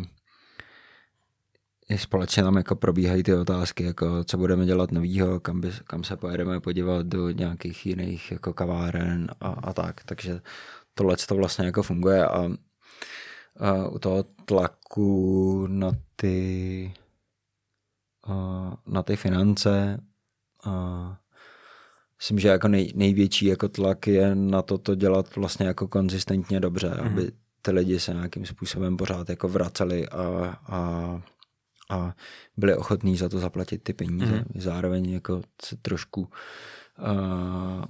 I společně tam jako probíhají ty otázky, jako co budeme dělat novýho, kam, by, kam se pojedeme podívat do nějakých jiných jako kaváren a, a tak. Takže tohle to vlastně jako funguje a, a u toho tlaku na ty a, na ty finance a, myslím, že jako nej, největší jako tlak je na to to dělat vlastně jako konzistentně dobře, mm. aby ty lidi se nějakým způsobem pořád jako vraceli a, a, a byli ochotní za to zaplatit ty peníze. Mm. Zároveň jako se trošku a,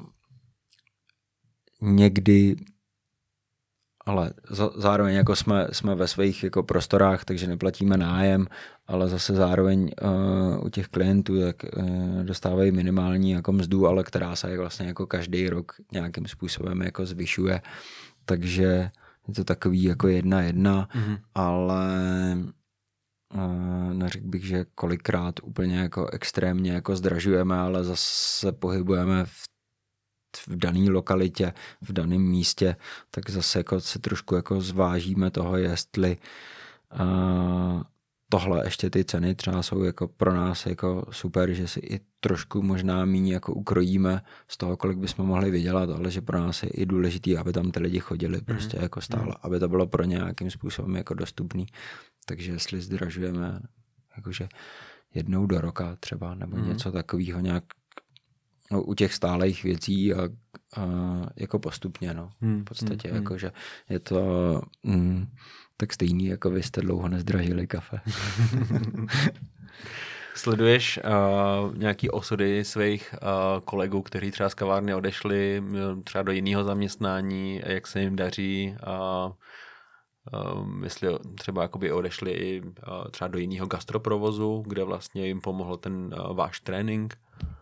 někdy ale zároveň jako jsme, jsme ve svých jako prostorách, takže neplatíme nájem, ale zase zároveň uh, u těch klientů tak uh, dostávají minimální jako mzdu, ale která se vlastně jako každý rok nějakým způsobem jako zvyšuje, takže je to takový jako jedna jedna, mm-hmm. ale uh, neřekl bych, že kolikrát úplně jako extrémně jako zdražujeme, ale zase pohybujeme v v dané lokalitě, v daném místě, tak zase jako se trošku jako zvážíme toho, jestli uh, tohle ještě ty ceny třeba jsou jako pro nás jako super, že si i trošku možná míň jako ukrojíme z toho, kolik bychom mohli vydělat, ale že pro nás je i důležitý, aby tam ty lidi chodili prostě mm. jako stále, mm. aby to bylo pro ně nějakým způsobem jako dostupný. Takže jestli zdražujeme jakože jednou do roka třeba, nebo mm. něco takového nějak no, u těch stálých věcí a, a jako postupně, no. Hmm, V podstatě, hmm, jako, že je to mm, tak stejný, jako vy jste dlouho nezdražili kafe. Sleduješ uh, nějaký osudy svých uh, kolegů, kteří třeba z kavárny odešli třeba do jiného zaměstnání, jak se jim daří a uh, jestli třeba jakoby odešli i uh, třeba do jiného gastroprovozu, kde vlastně jim pomohl ten uh, váš trénink?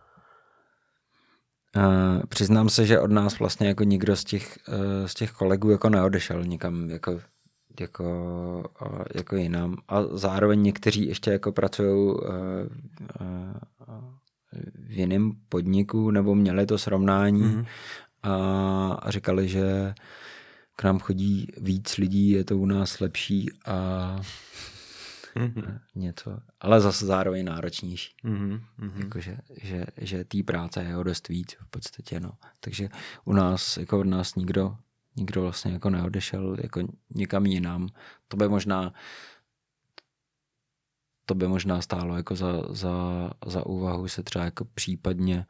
Uh, přiznám se, že od nás vlastně jako nikdo z těch, uh, z těch kolegů jako neodešel nikam jako, jako, uh, jako jinam. A zároveň někteří ještě jako pracují uh, uh, v jiném podniku nebo měli to srovnání mm-hmm. a, a říkali, že k nám chodí víc lidí, je to u nás lepší a mm-hmm. něco, ale zase zároveň náročnější. Mm-hmm. Jako, že, že, že té práce je o dost víc v podstatě, no. Takže u nás, jako od nás nikdo, nikdo vlastně jako neodešel jako nikam jinam. To by možná to by možná stálo jako za, za, za úvahu se třeba jako případně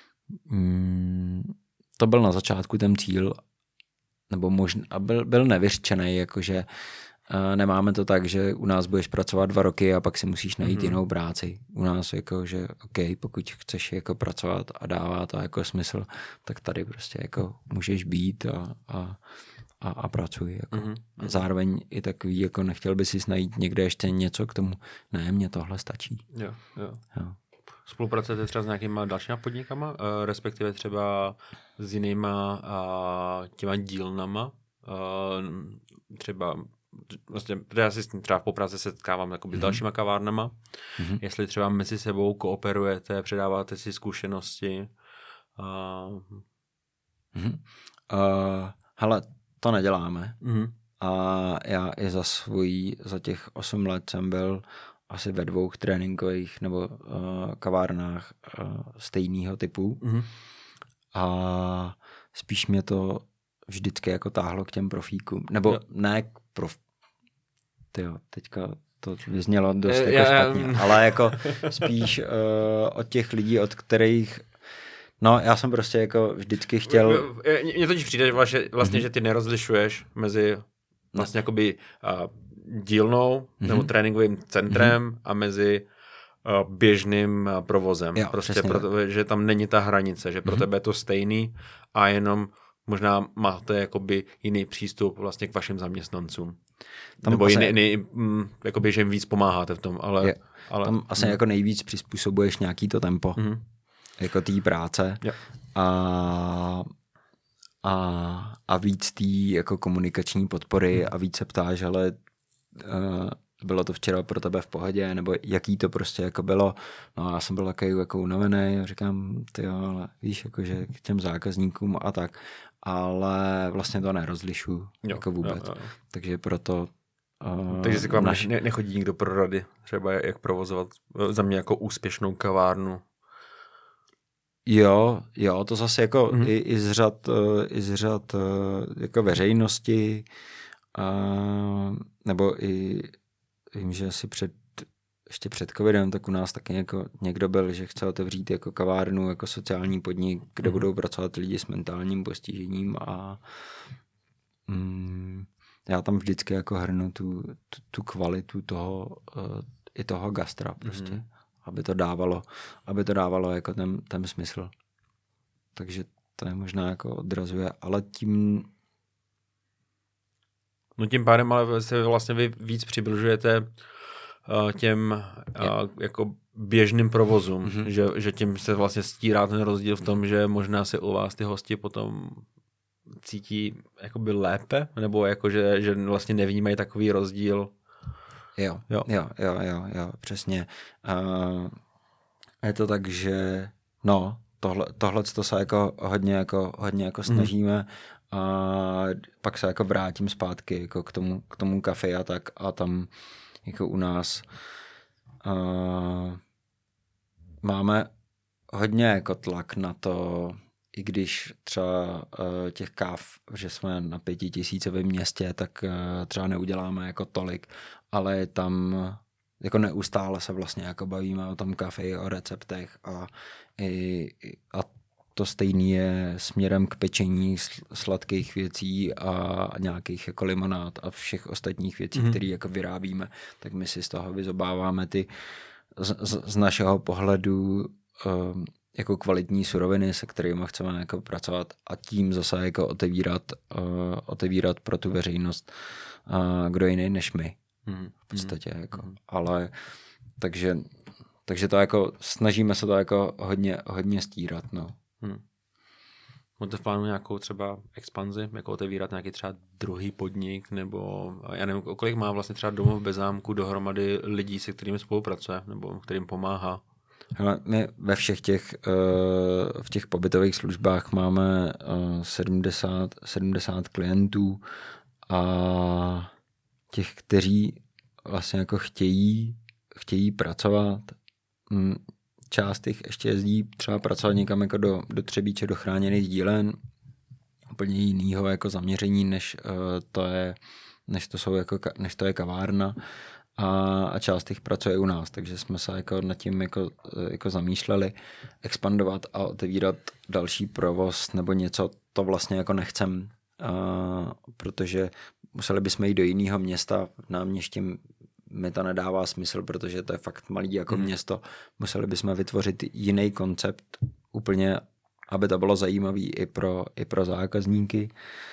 mm, to byl na začátku ten cíl nebo možná, a byl, byl nevyřčený, jakože uh, nemáme to tak, že u nás budeš pracovat dva roky a pak si musíš najít mm-hmm. jinou práci. U nás jako, že OK, pokud chceš jako pracovat a dává to jako smysl, tak tady prostě jako můžeš být a, a, a, a pracuj. Jako. Mm-hmm. A zároveň i takový, jako nechtěl by si najít někde ještě něco k tomu. Ne, mně tohle stačí. Jo, jo. jo. Spolupracujete třeba s nějakýma dalšíma podnikama, respektive třeba s jinýma těma dílnama, třeba vlastně, já si s tím třeba v Popradze setkávám jakoby, mm-hmm. s dalšíma kavárnama, mm-hmm. jestli třeba mezi sebou kooperujete, předáváte si zkušenosti. Uh... Mm-hmm. Uh, hele, to neděláme. Mm-hmm. A já i za svůj, za těch osm let jsem byl asi ve dvou tréninkových nebo uh, kavárnách uh, stejného typu. Mm-hmm. A spíš mě to vždycky jako táhlo k těm profíkům. Nebo jo. ne k prof... Tyjo, teďka to vyznělo dost jako já, špatně. Já... Ale jako spíš uh, od těch lidí, od kterých... No, já jsem prostě jako vždycky chtěl... Mně totiž přijde, že vlastně, mm-hmm. že ty nerozlišuješ mezi vlastně no. jakoby... Uh, dílnou mm-hmm. nebo tréninkovým centrem mm-hmm. a mezi uh, běžným uh, provozem. Jo, prostě proto, že tam není ta hranice, že pro mm-hmm. tebe je to stejný a jenom možná máte jakoby jiný přístup vlastně k vašim zaměstnancům. Tam nebo asi... jiný, jiný mm, jakoby, že jim víc pomáháte v tom. Ale, je, ale... Tam asi mm. jako nejvíc přizpůsobuješ nějaký to tempo. Mm-hmm. Jako té práce. Jo. A... A, a víc té jako komunikační podpory mm. a víc se ptáš, ale Uh, bylo to včera pro tebe v pohodě, nebo jaký to prostě jako bylo. No a já jsem byl takový jako unavený a říkám, ty jo, ale víš, jakože k těm zákazníkům a tak, ale vlastně to nerozlišuju jako vůbec. Jo, jo, jo. Takže proto uh, Takže si k vám naš... ne, nechodí nikdo pro rady, třeba jak provozovat za mě jako úspěšnou kavárnu. Jo, jo, to zase jako mm-hmm. i, i z řad, i z řad jako veřejnosti. Uh, nebo i vím, že asi před, ještě před covidem, tak u nás taky jako někdo byl, že chce otevřít jako kavárnu, jako sociální podnik, kde mm. budou pracovat lidi s mentálním postižením a mm, já tam vždycky jako hrnu tu, tu, tu kvalitu toho uh, i toho gastra prostě, mm. aby to dávalo, aby to dávalo jako ten, ten smysl. Takže to je možná jako odrazuje, ale tím No tím pádem ale se vlastně vy víc přibližujete uh, těm uh, jako běžným provozům, mm-hmm. že, že tím se vlastně stírá ten rozdíl v tom, že možná se u vás ty hosti potom cítí jakoby lépe, nebo jako, že, že vlastně nevnímají takový rozdíl. Jo, jo, jo, jo, jo, jo přesně. Uh, je to tak, že no, tohle, tohle to se jako hodně jako, hodně jako snažíme mm. a pak se jako vrátím zpátky jako k tomu, k tomu kafe a tak a tam jako u nás uh, máme hodně jako tlak na to, i když třeba uh, těch káv, že jsme na pětitisícovém městě, tak uh, třeba neuděláme jako tolik, ale tam jako neustále se vlastně jako bavíme o tom kafe, o receptech a, i, a to stejné je směrem k pečení sladkých věcí a nějakých jako limonád a všech ostatních věcí, mm. které jako vyrábíme, tak my si z toho vyzobáváme ty z, z, z našeho pohledu um, jako kvalitní suroviny, se kterými chceme jako pracovat a tím zase jako otevírat, uh, otevírat pro tu veřejnost uh, kdo jiný než my. Mm. V podstatě jako. Mm. Ale takže, takže to jako snažíme se to jako hodně, hodně stírat, no. Hmm. Máte v plánu nějakou třeba expanzi, jako otevírat nějaký třeba druhý podnik, nebo já nevím, kolik má vlastně třeba Domov bez zámku dohromady lidí, se kterými spolupracuje, nebo kterým pomáhá? Hele, my ve všech těch, v těch pobytových službách máme sedmdesát, sedmdesát klientů a těch, kteří vlastně jako chtějí, chtějí pracovat, část jich ještě jezdí třeba pracovat někam jako do, do Třebíče, do chráněných dílen, úplně jinýho jako zaměření, než uh, to je, než to jsou jako, než to je kavárna a, a část jich pracuje u nás, takže jsme se jako nad tím jako, jako zamýšleli expandovat a otevírat další provoz nebo něco, to vlastně jako nechcem, uh, protože museli bychom jít do jiného města, náměstí mi to nedává smysl, protože to je fakt malý jako mm. město. Museli bychom vytvořit jiný koncept úplně, aby to bylo zajímavý i pro, i pro zákazníky.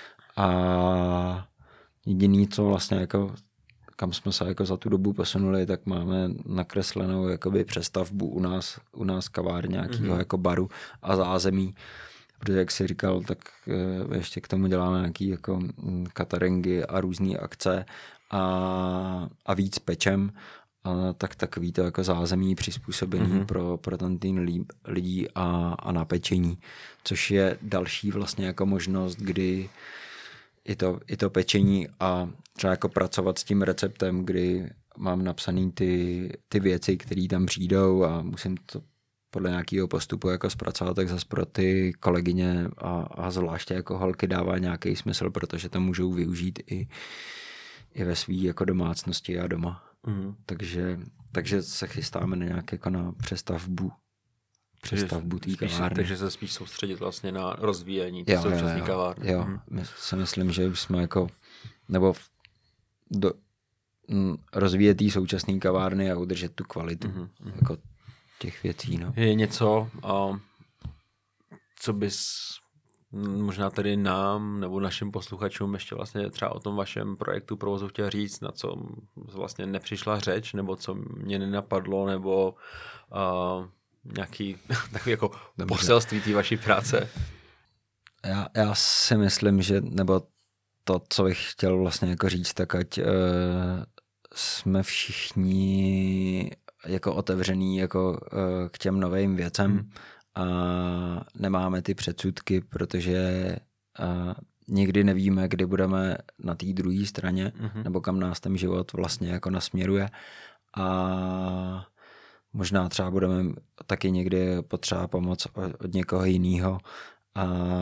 A jediný, co vlastně jako, kam jsme se jako za tu dobu posunuli, tak máme nakreslenou jakoby přestavbu u nás, u nás kavár nějakého mm. jako baru a zázemí. Protože jak jsi říkal, tak ještě k tomu děláme nějaký jako cateringy a různé akce a, a víc pečem, a tak takový to jako zázemí přizpůsobení mm-hmm. pro, pro ten tým lidí a, a na pečení, což je další vlastně jako možnost, kdy i to, i to pečení a třeba jako pracovat s tím receptem, kdy mám napsaný ty, ty věci, které tam přijdou a musím to podle nějakého postupu jako zpracovat, tak zase pro ty kolegyně a, a zvláště jako holky dává nějaký smysl, protože to můžou využít i i ve svý jako domácnosti a doma. Mm. Takže, takže se chystáme na nějak jako na přestavbu přestavbu té kavárny. Takže se spíš soustředit vlastně na rozvíjení té současné kavárny. Jo, mm. my si myslím, že už jsme jako nebo do, m, rozvíjet té současné kavárny a udržet tu kvalitu mm. jako těch věcí. No. Je něco, a, co bys možná tady nám nebo našim posluchačům ještě vlastně třeba o tom vašem projektu provozu chtěl říct, na co vlastně nepřišla řeč, nebo co mě nenapadlo, nebo uh, nějaký takový jako poselství té vaší práce? Já, já si myslím, že nebo to, co bych chtěl vlastně jako říct, tak ať uh, jsme všichni jako otevřený jako uh, k těm novým věcem, hmm. a nemáme ty předsudky, protože uh, nikdy nevíme, kdy budeme na té druhé straně, mm-hmm. nebo kam nás ten život vlastně jako nasměruje. A možná třeba budeme taky někdy potřeba pomoc od, od někoho jiného. A,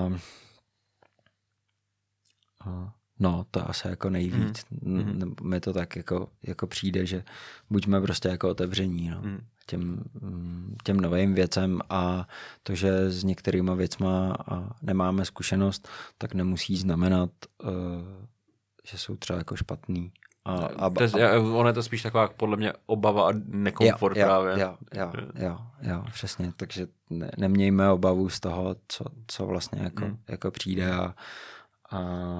a no, to asi jako nejvíc. Mm-hmm. Mi to tak jako, jako přijde, že buďme prostě jako otevření, no. Mm. Těm, těm novým věcem a to, že s některýma věcma nemáme zkušenost, tak nemusí znamenat, uh, že jsou třeba jako špatný. A, a, to je, a, ono je to spíš taková podle mě obava a nekomfort jo, jo, právě. Jo, jo, jo, jo, přesně. Takže ne, nemějme obavu z toho, co, co vlastně jako, hmm. jako přijde a, a,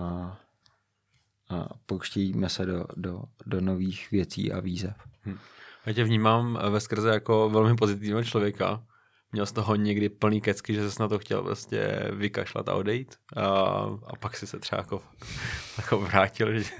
a pouštíme se do, do, do nových věcí a výzev. Hmm. Já tě vnímám ve skrze jako velmi pozitivního člověka. Měl z toho někdy plný kecky, že ses na to chtěl vlastně vykašlat a odejít. A, a pak si se třeba jako, jako vrátil. Že...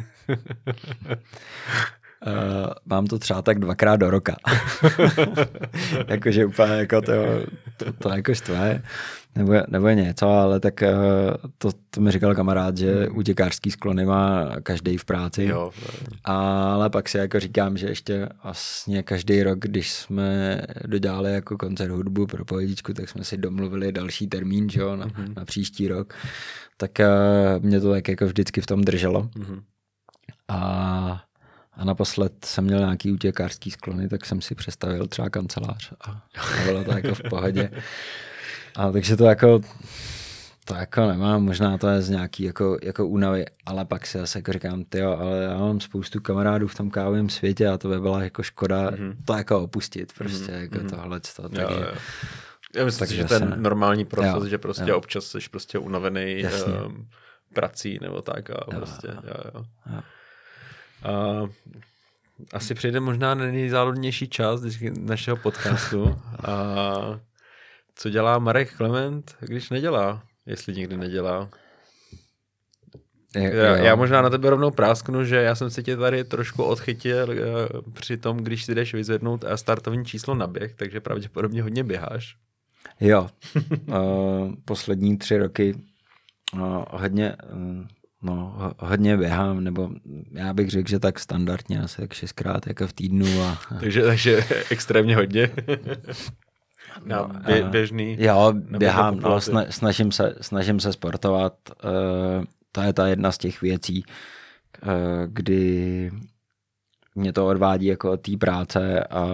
Uh, mám to třeba tak dvakrát do roka. Jakože úplně jako to, to, to jako štve, nebo, nebo něco, ale tak uh, to, to mi říkal kamarád, že utěkářský sklony má každý v práci. Jo. Ale pak si jako říkám, že ještě vlastně každý rok, když jsme dodělali jako koncert hudbu pro pohodičku, tak jsme si domluvili další termín, že jo, na, mm-hmm. na příští rok. Tak uh, mě to tak jako vždycky v tom drželo. Mm-hmm. A A naposled jsem měl nějaký utěkářský sklony, tak jsem si přestavil třeba kancelář a bylo to jako v pohodě. A takže to jako, to jako nemám, možná to je z nějaký jako, jako únavy, ale pak si zase jako říkám, tyjo, ale já mám spoustu kamarádů v tom kávovém světě a to by byla jako škoda mm-hmm. to jako opustit, prostě mm-hmm. jako tohleto, takže... Jo, jo. Já myslím, že ten ne... normální proces, jo, že prostě jo. občas jsi prostě unavený um, prací nebo tak a jo, prostě, jo, jo. jo. A asi přijde možná na nejzáhodnější část našeho podcastu. A co dělá Marek Klement, když nedělá? Jestli nikdy nedělá. Je, já, já možná na tebe rovnou prásknu, že já jsem si tě tady trošku odchytil uh, při tom, když si jdeš vyzvednout a startovní číslo na běh, takže pravděpodobně hodně běháš. Jo. uh, poslední tři roky uh, hodně... Uh, No, hodně běhám, nebo já bych řekl, že tak standardně, asi tak šestkrát jako v týdnu. A, a... takže, takže extrémně hodně. Na bě, běžný. Jo, běhám, no, snažím, se, snažím se sportovat. Uh, to je ta jedna z těch věcí, uh, kdy mě to odvádí jako od té práce a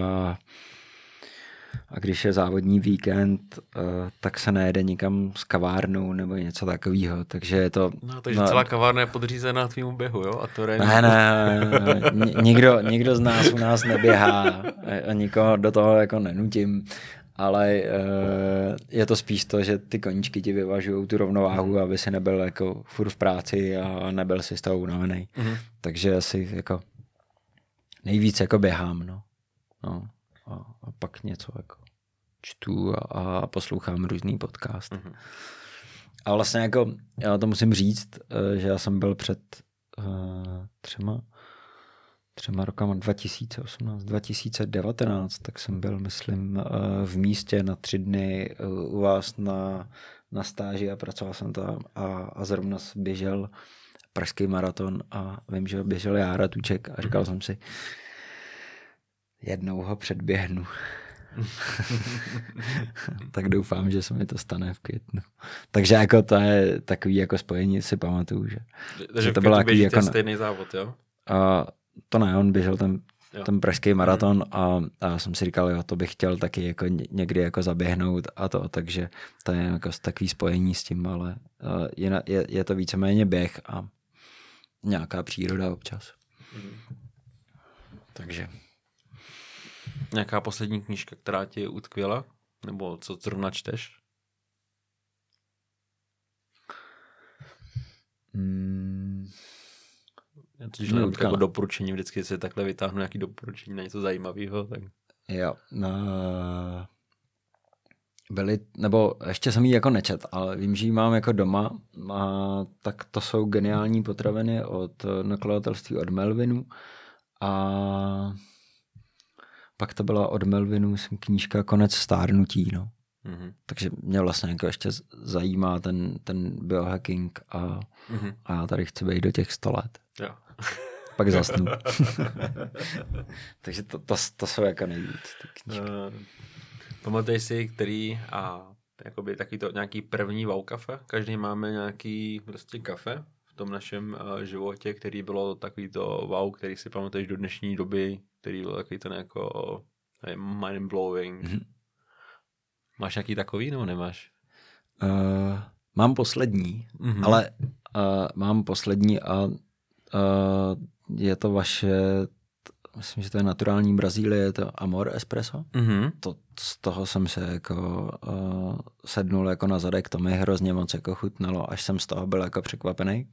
A když je závodní víkend, uh, tak se nejede nikam s kavárnou nebo něco takového, takže je to... No, takže no, celá kavárna je podřízená tvýmu běhu, jo? A to ne, ne, ne, ne, nikdo, nikdo z nás u nás neběhá a nikoho do toho jako nenutím, ale uh, je to spíš to, že ty koníčky ti vyvažují tu rovnováhu, aby si nebyl jako furt v práci a nebyl si z toho unavený. Mm-hmm. Takže asi jako nejvíc jako běhám, no. no. A, a pak něco jako čtu a, a poslouchám různý podcast. Mm-hmm. A vlastně jako, já to musím říct, že já jsem byl před uh, třema, třema rokama dva tisíce osmnáct, dva tisíce devatenáct, tak jsem byl, myslím, uh, v místě na tři dny uh, u vás na, na stáži a pracoval jsem tam a, a zrovna běžel pražský maraton a vím, že běžel Jára Tuček a říkal mm-hmm. jsem si, jednou ho předběhnu. Tak doufám, že se mi to stane v květnu. Takže jako to je takový jako spojení, si pamatuju, že, Takže že to bylo takový jako stejný závod, jo? A to ne, on běžel ten, ten pražský maraton mm. a, a já jsem si říkal, jo, to bych chtěl taky jako někdy jako zaběhnout a to, takže to je jako takový spojení s tím, ale je, je, je to víceméně běh a nějaká příroda občas. Mm. Takže nějaká poslední knížka, která ti utkvěla? Nebo co zrovna čteš? Mm. Já totiž mám jako doporučení, vždycky si takhle vytáhnu nějaký doporučení na něco zajímavého. Tak... Jo. No, byly, nebo ještě jsem jí jako nečet, ale vím, že ji mám jako doma. A tak to jsou geniální potraviny od nakladatelství od Melvinu. A pak to byla od Melvinu, myslím, knížka Konec stárnutí, no. Mm-hmm. Takže mě vlastně jako ještě zajímá ten, ten biohacking a, mm-hmm. a já tady chci být do těch sto let. Jo. Pak zasnu. Takže to, to, to jsou jako nejvíc. Uh, pamatuješ si, který a jakoby taky to nějaký první wow kafe? Každý máme nějaký prostě kafe v tom našem uh, životě, který bylo takový to wow, který si pamatuješ do dnešní doby, který byl takový ten jako mind blowing. Mm-hmm. Máš nějaký takový, nebo nemáš? Uh, mám poslední, mm-hmm. ale uh, mám poslední a uh, je to vaše, myslím, že to je naturální Brazílie, je to Amor Espresso. Mm-hmm. To, z toho jsem se jako uh, sednul jako na zadek, to mi hrozně moc jako chutnalo, až jsem z toho byl jako překvapený.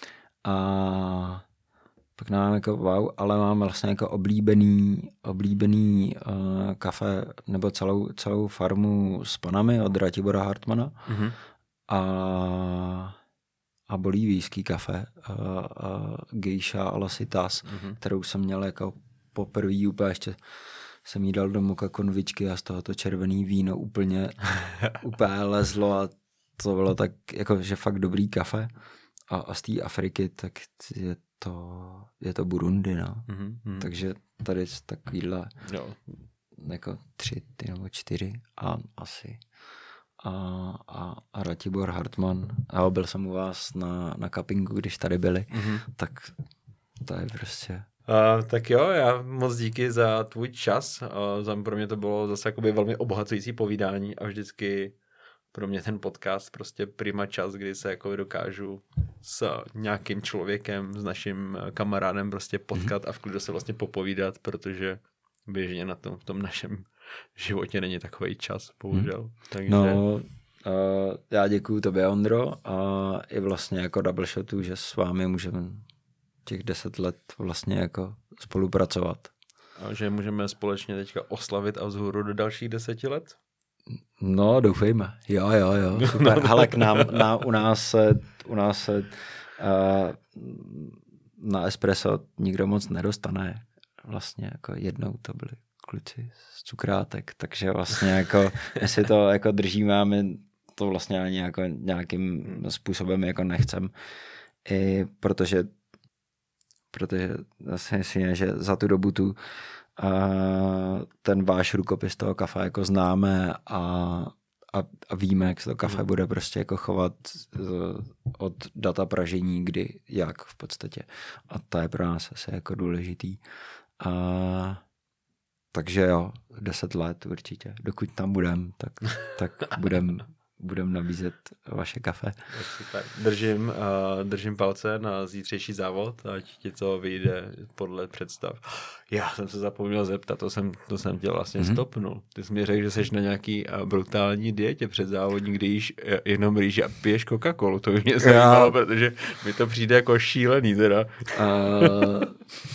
A pak mám jako wow, ale mám vlastně jako oblíbený, oblíbený uh, kafe nebo celou, celou farmu s panami od Ratibora Hartmana mm-hmm. a, a bolívijský kafe uh, uh, Geisha Alasitas, mm-hmm. kterou jsem měl jako poprvé úplně ještě jsem jí dal do moka konvičky a z tohoto červený víno úplně, úplně lezlo a to bylo tak jako, že fakt dobrý kafe a, a z té Afriky tak je to, je to Burundi, no. Mm-hmm. Takže tady takovýhle jo. jako tři ty nebo čtyři a asi a, a, a Ratibor Hartman a byl jsem u vás na, na cuppingu, když tady byli, mm-hmm. tak to je prostě Uh, tak jo, já moc díky za tvůj čas. Uh, za pro mě to bylo zase jakoby velmi obohacující povídání a vždycky pro mě ten podcast prostě prima čas, kdy se jako dokážu s nějakým člověkem, s naším kamarádem prostě potkat mm-hmm. a v klidu se vlastně popovídat, protože běžně na tom, v tom našem životě není takový čas, bohužel. Mm. Takže... No, uh, já děkuju tobě, Ondro, a i vlastně jako Double Shotu, že s vámi můžeme těch deset let vlastně jako spolupracovat. A že můžeme společně teďka oslavit a vzhůru do dalších deseti let? No, doufejme. Jo, jo, jo, super. No, no. Hele, k nám, na, u nás se, u nás se uh, na espresso nikdo moc nedostane. Vlastně jako jednou to byli kluci z cukrátek, takže vlastně jako my si to jako držíme a my to vlastně ani jako nějakým způsobem jako nechcem. I protože protože si myslím, že za tu dobu tu a ten váš rukopis toho kafe jako známe a, a, a víme, jak se to kafe bude prostě jako chovat od data pražení, kdy, jak v podstatě. A to je pro nás asi jako důležitý. A, takže jo, deset let určitě. Dokud tam budem, tak, tak budem, budem nabízet vaše kafe. Super. Držím, uh, držím palce na zítřejší závod, ať ti to vyjde podle představ. Já jsem se zapomněl zeptat, to jsem, to jsem tě vlastně mm-hmm. stopnul. Ty jsi mi řekl, že jsi na nějaký uh, brutální dietě před závodní, kde jíš jenom rýži a piješ Coca-Colu. To by mě zajímalo, Já... protože mi to přijde jako šílený teda. Uh...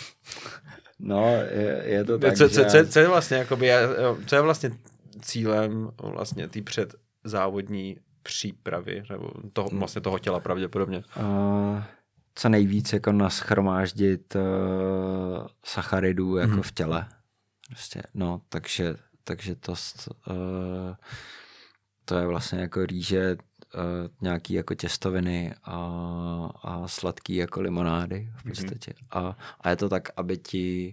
No, je, je to tak, co, že... co, co je vlastně, jakoby, co je vlastně cílem vlastně té předzávodní přípravy, nebo toho, vlastně toho těla pravděpodobně? Uh, co nejvíc jako naschromáždit uh, sacharidů jako mm-hmm. v těle. Prostě, no, takže, takže to, uh, to je vlastně jako rýže, uh, nějaký jako těstoviny a, a sladký jako limonády v podstatě. Mm-hmm. A, a je to tak, aby ti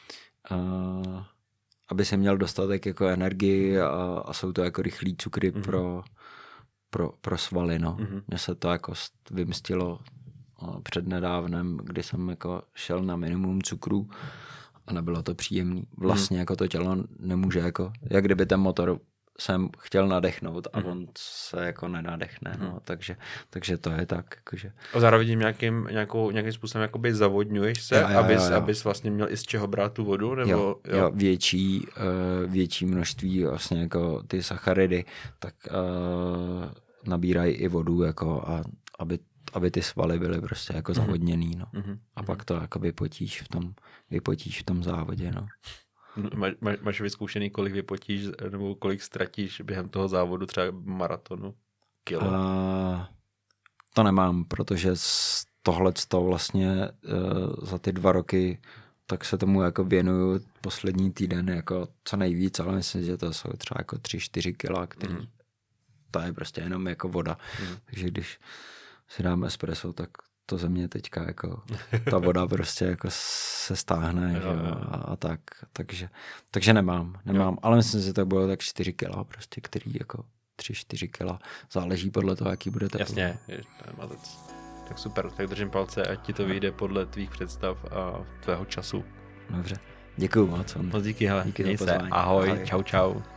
uh, aby si měl dostatek jako energii a, a jsou to jako rychlý cukry mm-hmm. pro, pro, pro svaly, no. Mm-hmm. Mně se to jako vymstilo uh, před nedávnem, kdy jsem jako šel na minimum cukrů a nebylo to příjemný. Vlastně mm-hmm. jako to tělo nemůže jako, jak kdyby ten motor jsem chtěl nadechnout a mm. on se jako nenadechne, no, mm. takže, takže to je tak, jakože. A zároveň nějakým, nějakou, nějakým způsobem jakoby zavodňuješ se, jo, jo, abys, jo, jo. abys vlastně měl i z čeho brát tu vodu, nebo? Jo, jo. jo větší, uh, větší množství vlastně jako ty sacharidy, tak uh, nabírají i vodu, jako a aby, aby ty svaly byly prostě jako mm. zavodněný, no. Mm. A mm. pak to jako vypotíš v tom, vypotíš v tom závodě, no. Má, má, máš vyzkoušený, kolik vypotíš nebo kolik ztratíš během toho závodu, třeba maratonu? Kilo? Uh, to nemám, protože tohleto vlastně uh, za ty dva roky tak se tomu jako věnuju poslední týden jako co nejvíc, ale myslím, že to jsou třeba jako tři, čtyři kila, který mm. to je prostě jenom jako voda. Mm. Takže když si dám espresso, tak to ze mě teďka jako ta voda prostě jako se stáhne jo, že, jo. A, a tak, takže, takže nemám, nemám, jo. Ale myslím, že to bylo tak čtyři kila prostě, který jako tři, čtyři kila, záleží podle toho, jaký bude teplo. Jasně, je, tak super, tak držím palce, ať ti to vyjde podle tvých představ a tvého času. Dobře, děkuju moc. Moc díky, hele, díky za pozvání. Ahoj, ahoj, čau, čau.